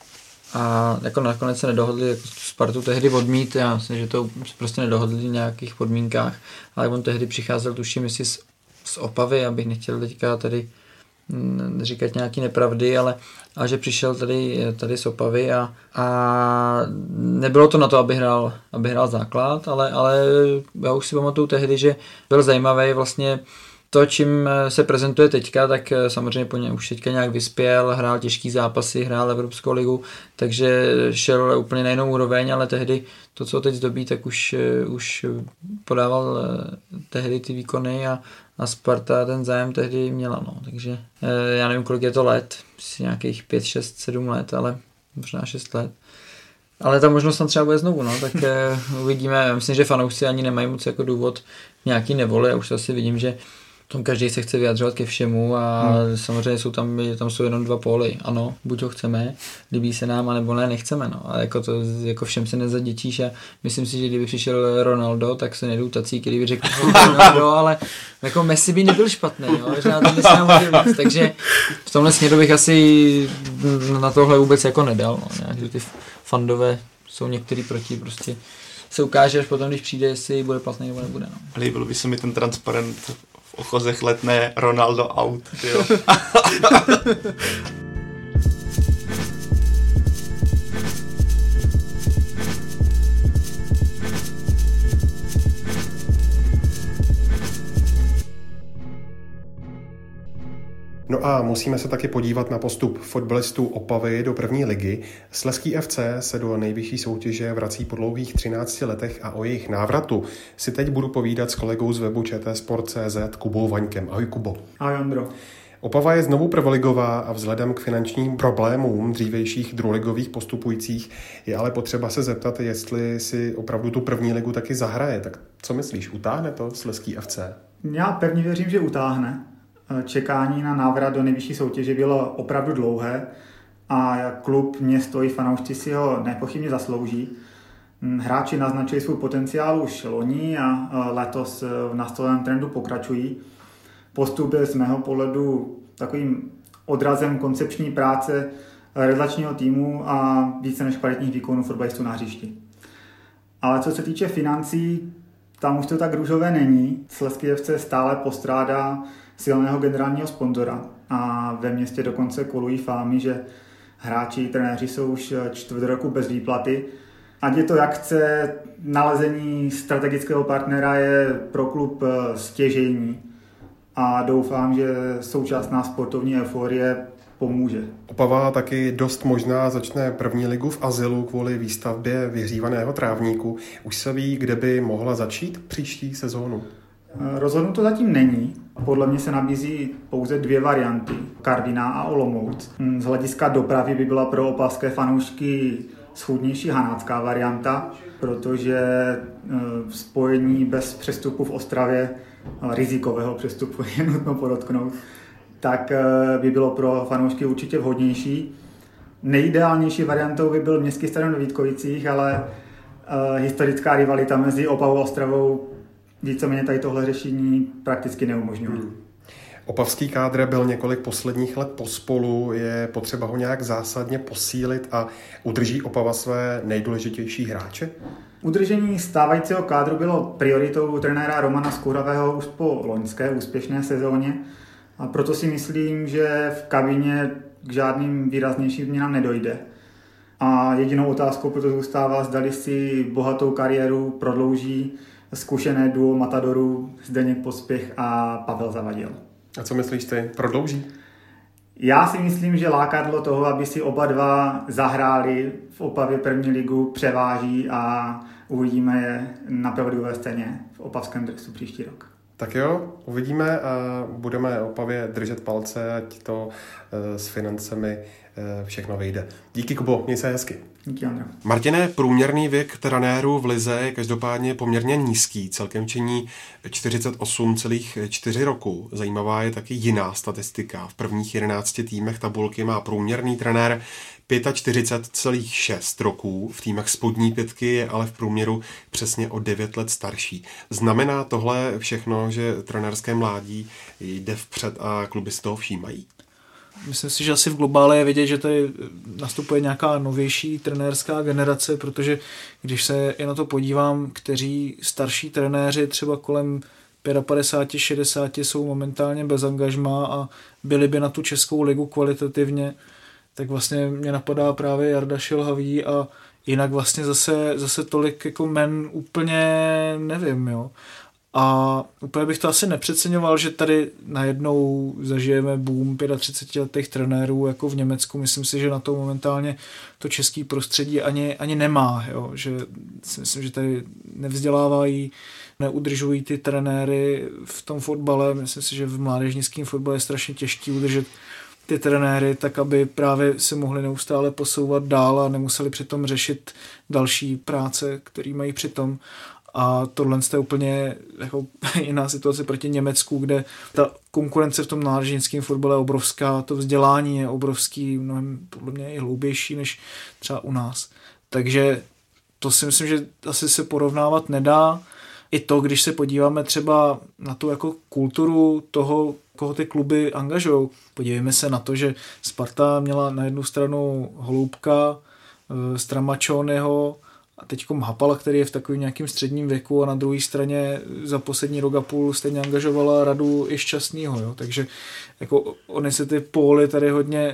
a jako nakonec se nedohodli, jako Spartu tehdy odmít, já myslím, že to prostě nedohodli v nějakých podmínkách, ale on tehdy přicházel, tuším, jestli z, z Opavy, abych nechtěl teďka tady říkat nějaký nepravdy, ale, ale že přišel tady, tady z Opavy a, a nebylo to na to, aby hrál, aby hrál základ, ale, ale já už si pamatuju tehdy, že byl zajímavý vlastně to, čím se prezentuje teďka, tak samozřejmě po něm už teďka nějak vyspěl, hrál těžký zápasy, hrál Evropskou ligu, takže šel úplně na jinou úroveň, ale tehdy to, co teď zdobí, tak už, už podával tehdy ty výkony a, a Sparta ten zájem tehdy měla. No. Takže já nevím, kolik je to let, nějakých pět, šest, sedm let, ale možná šest let. Ale ta možnost tam třeba bude znovu, no, tak uvidíme. Myslím, že fanoušci ani nemají moc jako důvod nějaký nevoli. Já už asi vidím, že tom každý se chce vyjadřovat ke všemu a hmm. samozřejmě jsou tam, tam jsou jenom dva póly. Ano, buď ho chceme, líbí se nám, anebo ne, nechceme. No. A jako, to, jako všem se nezaděčíš a myslím si, že kdyby přišel Ronaldo, tak se nejdou tací, který by řekl Ronaldo, ale jako Messi by nebyl špatný, jo, že na to by se nám hodil víc. Takže v tomhle směru bych asi na tohle vůbec jako nedal. No. Nějak, ty fandové jsou některý proti, prostě se ukáže až potom, když přijde, jestli bude platný nebo nebude. No. Líbil by se mi ten transparent v ochozech Letné Ronaldo out. Jo. No a musíme se taky podívat na postup fotbalistů Opavy do první ligy. Slezský F C se do nejvyšší soutěže vrací po dlouhých třinácti letech a o jejich návratu si teď budu povídat s kolegou z webu čtsport tečka cz Kubou Vaňkem. Ahoj, Kubo. Ahoj, Ondro. Opava je znovu prvoligová a vzhledem k finančním problémům dřívějších druholigových postupujících je ale potřeba se zeptat, jestli si opravdu tu první ligu taky zahraje. Tak co myslíš, utáhne to Slezský F C? Já pevně věřím, že utáhne. Čekání na návrat do nejvyšší soutěže bylo opravdu dlouhé a klub, město i fanoušci si ho nepochybně zaslouží. Hráči naznačili svůj potenciál už loni a letos v nastoleném trendu pokračují. Postup byl z mého pohledu takovým odrazem koncepční práce realizačního týmu a více než kvalitních výkonů fotbalistů na hřišti. Ale co se týče financí, tam už to tak růžové není. Slezský F C stále postrádá silného generálního sponzora a ve městě dokonce kolují fámy, že hráči i trenéři jsou už čtvrt roku bez výplaty. Ať je to jak chce, nalezení strategického partnera je pro klub stěžejní a doufám, že současná sportovní euforie pomůže. Opava taky dost možná začne první ligu v azylu kvůli výstavbě vyhřívaného trávníku. Už se ví, kde by mohla začít příští sezónu? Rozhodnuto zatím není. Podle mě se nabízí pouze dvě varianty, Karviná a Olomouc. Z hlediska dopravy by byla pro opavské fanoušky schůdnější hanácká varianta, protože spojení bez přestupu v Ostravě, rizikového přestupu je nutno podotknout, tak by bylo pro fanoušky určitě vhodnější. Nejideálnější variantou by byl městský stadion ve Vítkovicích, ale historická rivalita mezi Opavou a Ostravou víceméně tady tohle řešení prakticky neumožňuje. Hmm. Opavský kádr byl několik posledních let pospolu, je potřeba ho nějak zásadně posílit a udrží Opava své nejdůležitější hráče? Udržení stávajícího kádru bylo prioritou trenéra Romana Skuhravého už po loňské úspěšné sezóně a proto si myslím, že v kabině k žádným výraznějším změnám nedojde. A jedinou otázkou proto zůstává, zdali si bohatou kariéru prodlouží zkušené duo matadorů Zdeněk Pospěch a Pavel Zavadil. A co myslíš ty? Prodlouží? Já si myslím, že lákadlo toho, aby si oba dva zahráli v Opavě první ligu, převáží a uvidíme je na prvoligové scéně v opavském dresu příští rok. Tak jo, uvidíme a budeme Opavě držet palce, ať to e, s financemi e, všechno vyjde. Díky, Kubo, měj se hezky. Díky, Andro. Martine, průměrný věk trenérů v lize je každopádně poměrně nízký, celkem činí čtyřicet osm celá čtyři roku. Zajímavá je taky jiná statistika. V prvních jedenácti týmech tabulky má průměrný trenér čtyřicet pět celá šest roků, v týmech spodní pětky je ale v průměru přesně o devět let starší. Znamená tohle všechno, že trenérské mládí jde vpřed a kluby z toho všímají? Myslím si, že asi v globále je vidět, že tady nastupuje nějaká novější trenérská generace, protože když se i na to podívám, kteří starší trenéři třeba kolem padesát pět šedesát jsou momentálně bez angažmá a byli by na tu českou ligu kvalitativně, tak vlastně mě napadá právě Jarda Šilhavý a jinak vlastně zase, zase tolik jako men úplně nevím, jo. A úplně bych to asi nepřeceňoval, že tady najednou zažijeme boom třicetiletých trenérů jako v Německu. Myslím si, že na to momentálně to český prostředí ani, ani nemá. Jo? Že si myslím, že tady nevzdělávají, neudržují ty trenéry v tom fotbale. Myslím si, že v mládežnickém fotbale je strašně těžký udržet ty trenéry tak, aby právě se mohli neustále posouvat dál a nemuseli přitom řešit další práce, které mají přitom. A tohle je úplně jako jiná situace proti Německu, kde ta konkurence v tom mládežnickém fotbale je obrovská, to vzdělání je obrovský, mnohem podle mě i hloubější než třeba u nás. Takže to si myslím, že asi se porovnávat nedá. I to, když se podíváme třeba na tu jako kulturu toho, koho ty kluby angažují. Podívejme se na to, že Sparta měla na jednu stranu Holoubka, Stramačonyho a teďkom Hapala, který je v takovém nějakým středním věku a na druhé straně za poslední rok a půl stejně angažovala Radu i Šťastnýho. Jo? Takže jako oni se ty póly tady hodně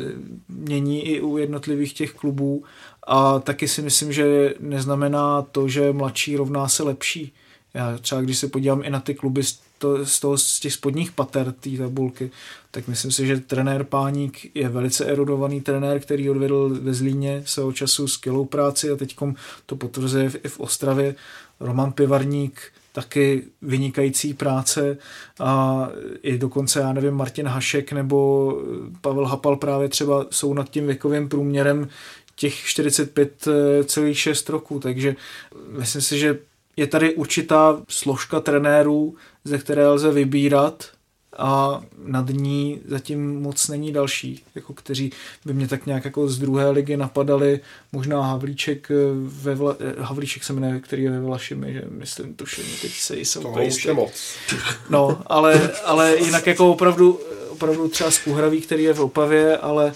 mění i u jednotlivých těch klubů a taky si myslím, že neznamená to, že mladší rovná se lepší. Já třeba když se podívám i na ty kluby z, to, z, toho, z těch spodních pater té tabulky, tak myslím si, že trenér Páník je velice erudovaný trenér, který odvedl ve Zlíně svého času skvělou práci a teďkom to potvrzuje i v Ostravě. Roman Pivarník taky vynikající práce a i dokonce, já nevím, Martin Hašek nebo Pavel Hapal právě třeba jsou nad tím věkovým průměrem těch čtyřicet pět celá šest roku, takže myslím si, že je tady určitá složka trenérů, ze které lze vybírat a nad ní zatím moc není další, jako kteří by mě tak nějak jako z druhé ligy napadali, možná Havlíček, ve Vla, Havlíček se jmenuje, který je ve Vlašimi, že myslím tuším, teď se jsem to už je moc. No, ale, ale jinak jako opravdu, opravdu třeba Skuhravý, který je v Opavě, ale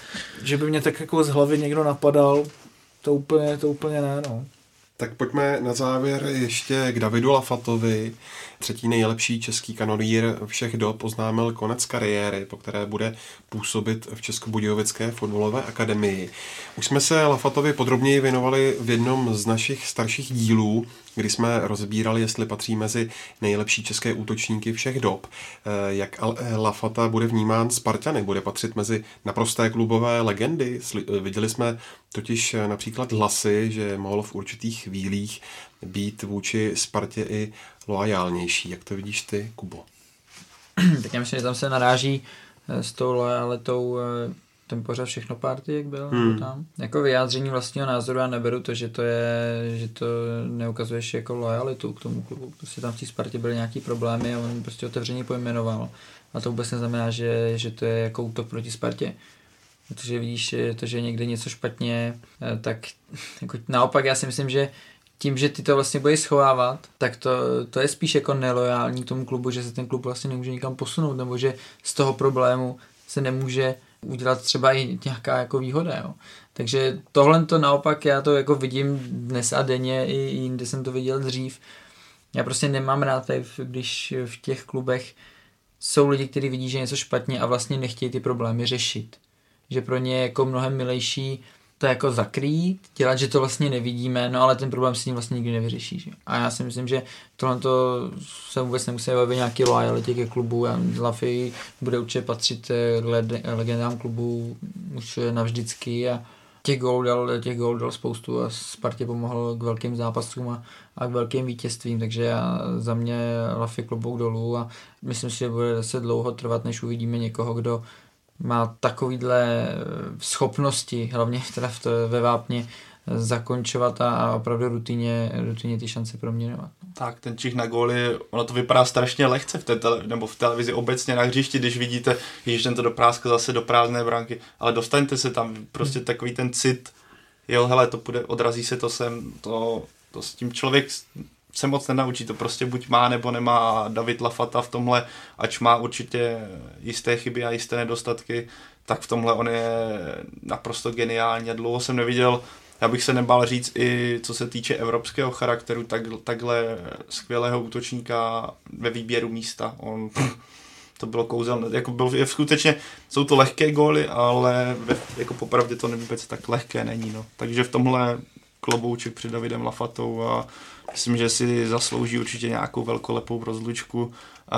že by mě tak jako z hlavy někdo napadal, to úplně, to úplně ne, no. Tak pojďme na závěr ještě k Davidu Lafatovi. Třetí nejlepší český kanonýr všech dob oznámil konec kariéry, po které bude působit v Českobudějovické fotbalové akademii. Už jsme se Lafatovi podrobněji věnovali v jednom z našich starších dílů, kdy jsme rozbírali, jestli patří mezi nejlepší české útočníky všech dob. Jak Lafata bude vnímán Spartany? Bude patřit mezi naprosté klubové legendy? Viděli jsme totiž například hlasy, že mohl v určitých chvílích být vůči Spartě i loajálnější. Jak to vidíš ty, Kubo? Tak já myslím, že tam se naráží s tou lojalitou ten pořád všechno party, jak byl hmm. tam. Jako vyjádření vlastního názoru já neberu to, že to je, že to neukazuješ jako lojalitu k tomu klubu. Prostě tam v té Spartě byly nějaký problémy a on prostě otevřeně pojmenoval. A to vůbec neznamená, že, že to je jako útok proti Spartě. Protože vidíš to, že je někde něco špatně, tak jako naopak já si myslím, že tím, že ty to vlastně budeš schovávat, tak to, to je spíš jako nelojální k tomu klubu, že se ten klub vlastně nemůže nikam posunout, nebo že z toho problému se nemůže udělat třeba i nějaká jako výhoda. Jo. Takže tohle to naopak já to jako vidím dnes a denně, i jinde jsem to viděl dřív. Já prostě nemám rád, když v těch klubech jsou lidi, kteří vidí, že je něco špatně a vlastně nechtějí ty problémy řešit. Že pro ně je jako mnohem milejší to jako zakrýt, dělat, že to vlastně nevidíme, no ale ten problém s tím vlastně nikdy nevyřeší. Že? A já si myslím, že tohle se vůbec nemusí bavit nějaký loajalitě ke klubu. Lafy bude určitě patřit legendám klubu už navždycky a těch gólů dal, těch gólů dal spoustu a Spartě pomohl k velkým zápasům a, a k velkým vítězstvím, takže já, za mě Lafy klobouk dolů a myslím si, že bude zase dlouho trvat, než uvidíme někoho, kdo má takovýhle schopnosti, hlavně teda v to, ve Vápně, zakončovat a, a opravdu rutině, rutině ty šance proměňovat. Tak, ten čich na góly, ono to vypadá strašně lehce v té tele, nebo v televizi obecně na hřišti, když vidíte, že ten to dopráska zase do prázdné branky, ale dostaňte se tam, prostě takový ten cit, jo, hele, to půjde, odrazí se to sem, to, to s tím člověk se moc nenaučí, to prostě buď má nebo nemá. David Lafata v tomhle, ač má určitě jisté chyby a jisté nedostatky, tak v tomhle on je naprosto geniální a dlouho jsem neviděl, já bych se nebál říct i co se týče evropského charakteru, tak, takhle skvělého útočníka ve výběru místa. On, to bylo kouzelné, jako byl, je skutečně, jsou to lehké góly, ale ve, jako popravdě to vůbec tak lehké není. No. Takže v tomhle klobouček před Davidem Lafatou a myslím, že si zaslouží určitě nějakou velkolepou rozlučku.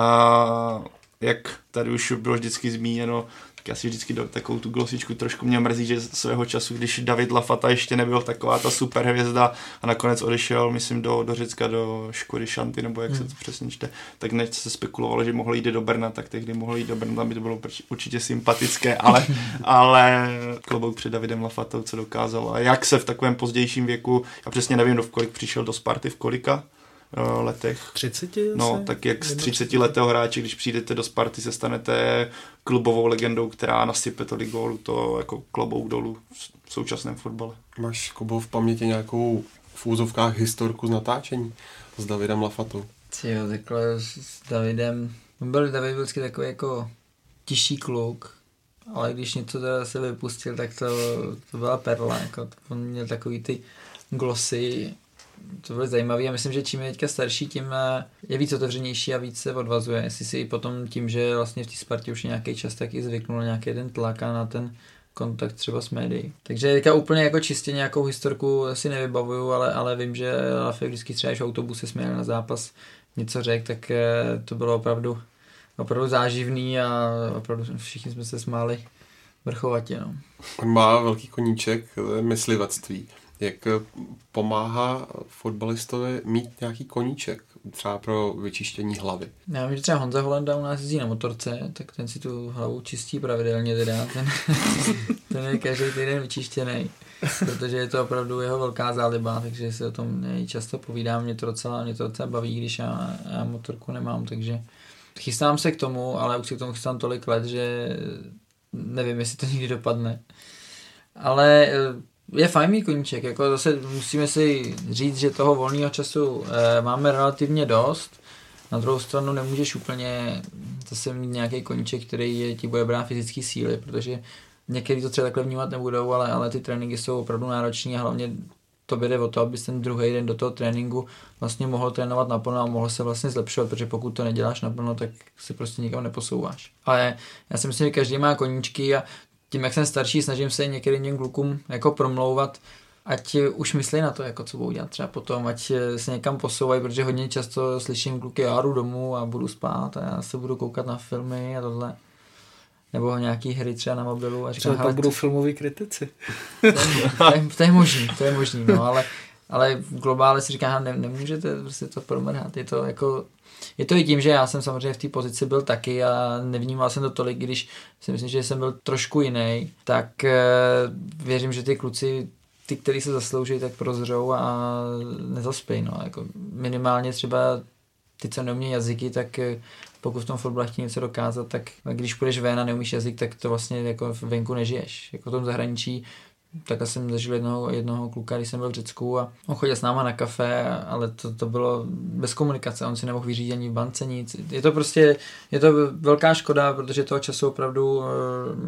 A jak tady už bylo vždycky zmíněno, tak já si vždycky do takovou tu glosičku trošku mě mrzí, že svého času, když David Lafata ještě nebyl taková ta super hvězda a nakonec odešel, myslím, do, do Řecka, do Škody Šanty, nebo jak hmm. se to přesně čte, tak než se spekulovalo, že mohl jít do Brna, tak tehdy mohl jít do Brna, tam by to bylo určitě sympatické, ale, ale klobouk před Davidem Lafatou, co dokázal a jak se v takovém pozdějším věku, já přesně nevím, do v kolik přišel do Sparty, v kolika letech. třicet? No, tak jak z třicetiletého hráče, když přijdete do Sparty, se stanete klubovou legendou, která nasype tolik gólů, to jako klobouk dolů v současném fotbale. Máš, Kubo, v paměti nějakou v úzovkách historku z natáčení s Davidem Lafatou? Jo, takhle s Davidem, on byl David vždycky takový jako tišší kluk, ale když něco teda se vypustil, tak to, to byla perla, jako on měl takový ty glosy, to bylo zajímavé a myslím, že čím je teďka starší, tím je víc otevřenější a víc se odvazuje. Jestli si i potom tím, že vlastně v té Spartě už je nějaký čas, tak i zvyknul na nějaký ten tlak a na ten kontakt třeba s médií. Takže teďka úplně jako čistě nějakou historku si nevybavuju, ale, ale vím, že Lafay vždycky třeba, když v autobuse jsme jeli na zápas, něco řekl, tak to bylo opravdu, opravdu záživný a opravdu všichni jsme se smáli vrchovatě. No. On má velký koníček myslivectví. Jak pomáhá fotbalistovi mít nějaký koníček, třeba pro vyčištění hlavy? Já vím, že třeba Honza Holenda u nás jezdí na motorce, tak ten si tu hlavu čistí pravidelně teda, ten, ten je každý týden vyčištěný, protože je to opravdu jeho velká záliba, takže si o tom často povídám, mě to docela, mě to docela baví, když já, já motorku nemám, takže chystám se k tomu, ale už se k tomu chystám tolik let, že nevím, jestli to někdy dopadne. Ale je fajn mít koníček, jako zase musíme si říct, že toho volného času e, máme relativně dost. Na druhou stranu nemůžeš úplně zase mít nějaký koníček, který je, ti bude brát fyzické síly, protože někteří to třeba takhle vnímat nebudou, ale, ale ty tréninky jsou opravdu náročné a hlavně to jde o to, abys ten druhý den do toho tréninku vlastně mohl trénovat naplno a mohl se vlastně zlepšovat, protože pokud to neděláš naplno, tak si prostě nikam neposouváš. Ale já si myslím, že každý má koníčky a tím, jak jsem starší, snažím se některým těm klukům jako promlouvat, ať už myslí na to, jako co budou dělat třeba potom, ať se někam posouvají, protože hodně často slyším kluky, já jdu domů a budu spát a já se budu koukat na filmy a tohle. Nebo nějaký hry třeba na mobilu. A říkám, třeba pak budou filmoví kritici. To je, to je, to je možný, to je možný, no, ale, ale v globále si říkám, ne, nemůžete prostě to promrhat, je to jako... Je to i tím, že já jsem samozřejmě v té pozici byl taky a nevnímal jsem to tolik, když si myslím, že jsem byl trošku jiný, tak e, věřím, že ty kluci, ty, kteří se zaslouží, tak prozřou a nezaspějí. No. Jako minimálně třeba ty, co neumí jazyky, tak pokud v tom fotbale chtějí něco dokázat, tak když půjdeš ven a neumíš jazyk, tak to vlastně jako venku nežiješ. Jako v tom zahraničí takhle jsem zažil jednoho, jednoho kluka, když jsem byl v Řecku a on chodil s náma na kafe, ale to, to bylo bez komunikace, on si nemohl vyřídit ani v bance nic. Je to prostě, je to velká škoda, protože toho času opravdu uh,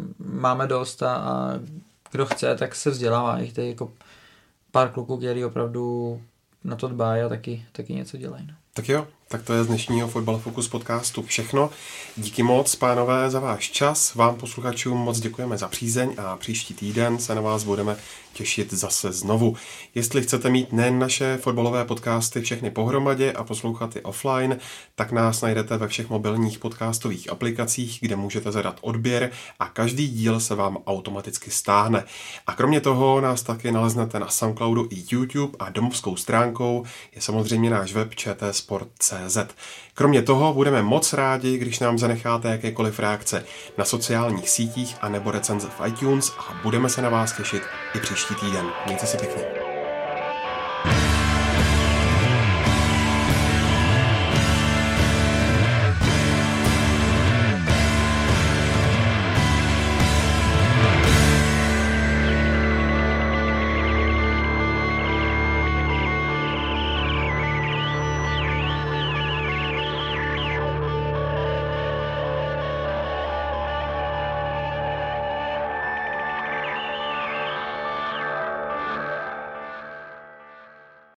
máme dost a, a kdo chce, tak se vzdělává. Je to jako pár kluků, který opravdu na to dbají a taky, taky něco dělají. No. Tak jo, tak to je z dnešního Fotbal Focus podcastu všechno. Díky moc, pánové, za váš čas. Vám posluchačům moc děkujeme za přízeň a příští týden se na vás budeme těšit zase znovu. Jestli chcete mít nejen naše fotbalové podcasty všechny pohromadě a poslouchat je offline, tak nás najdete ve všech mobilních podcastových aplikacích, kde můžete zadat odběr a každý díl se vám automaticky stáhne. A kromě toho nás taky naleznete na Soundcloudu i YouTube a domovskou stránkou je samozřejmě náš web č t sport tečka c z. Kromě toho budeme moc rádi, když nám zanecháte jakékoliv reakce na sociálních sítích a nebo recenze v iTunes a budeme se na vás těšit i příští týden. Mějte se pěkně.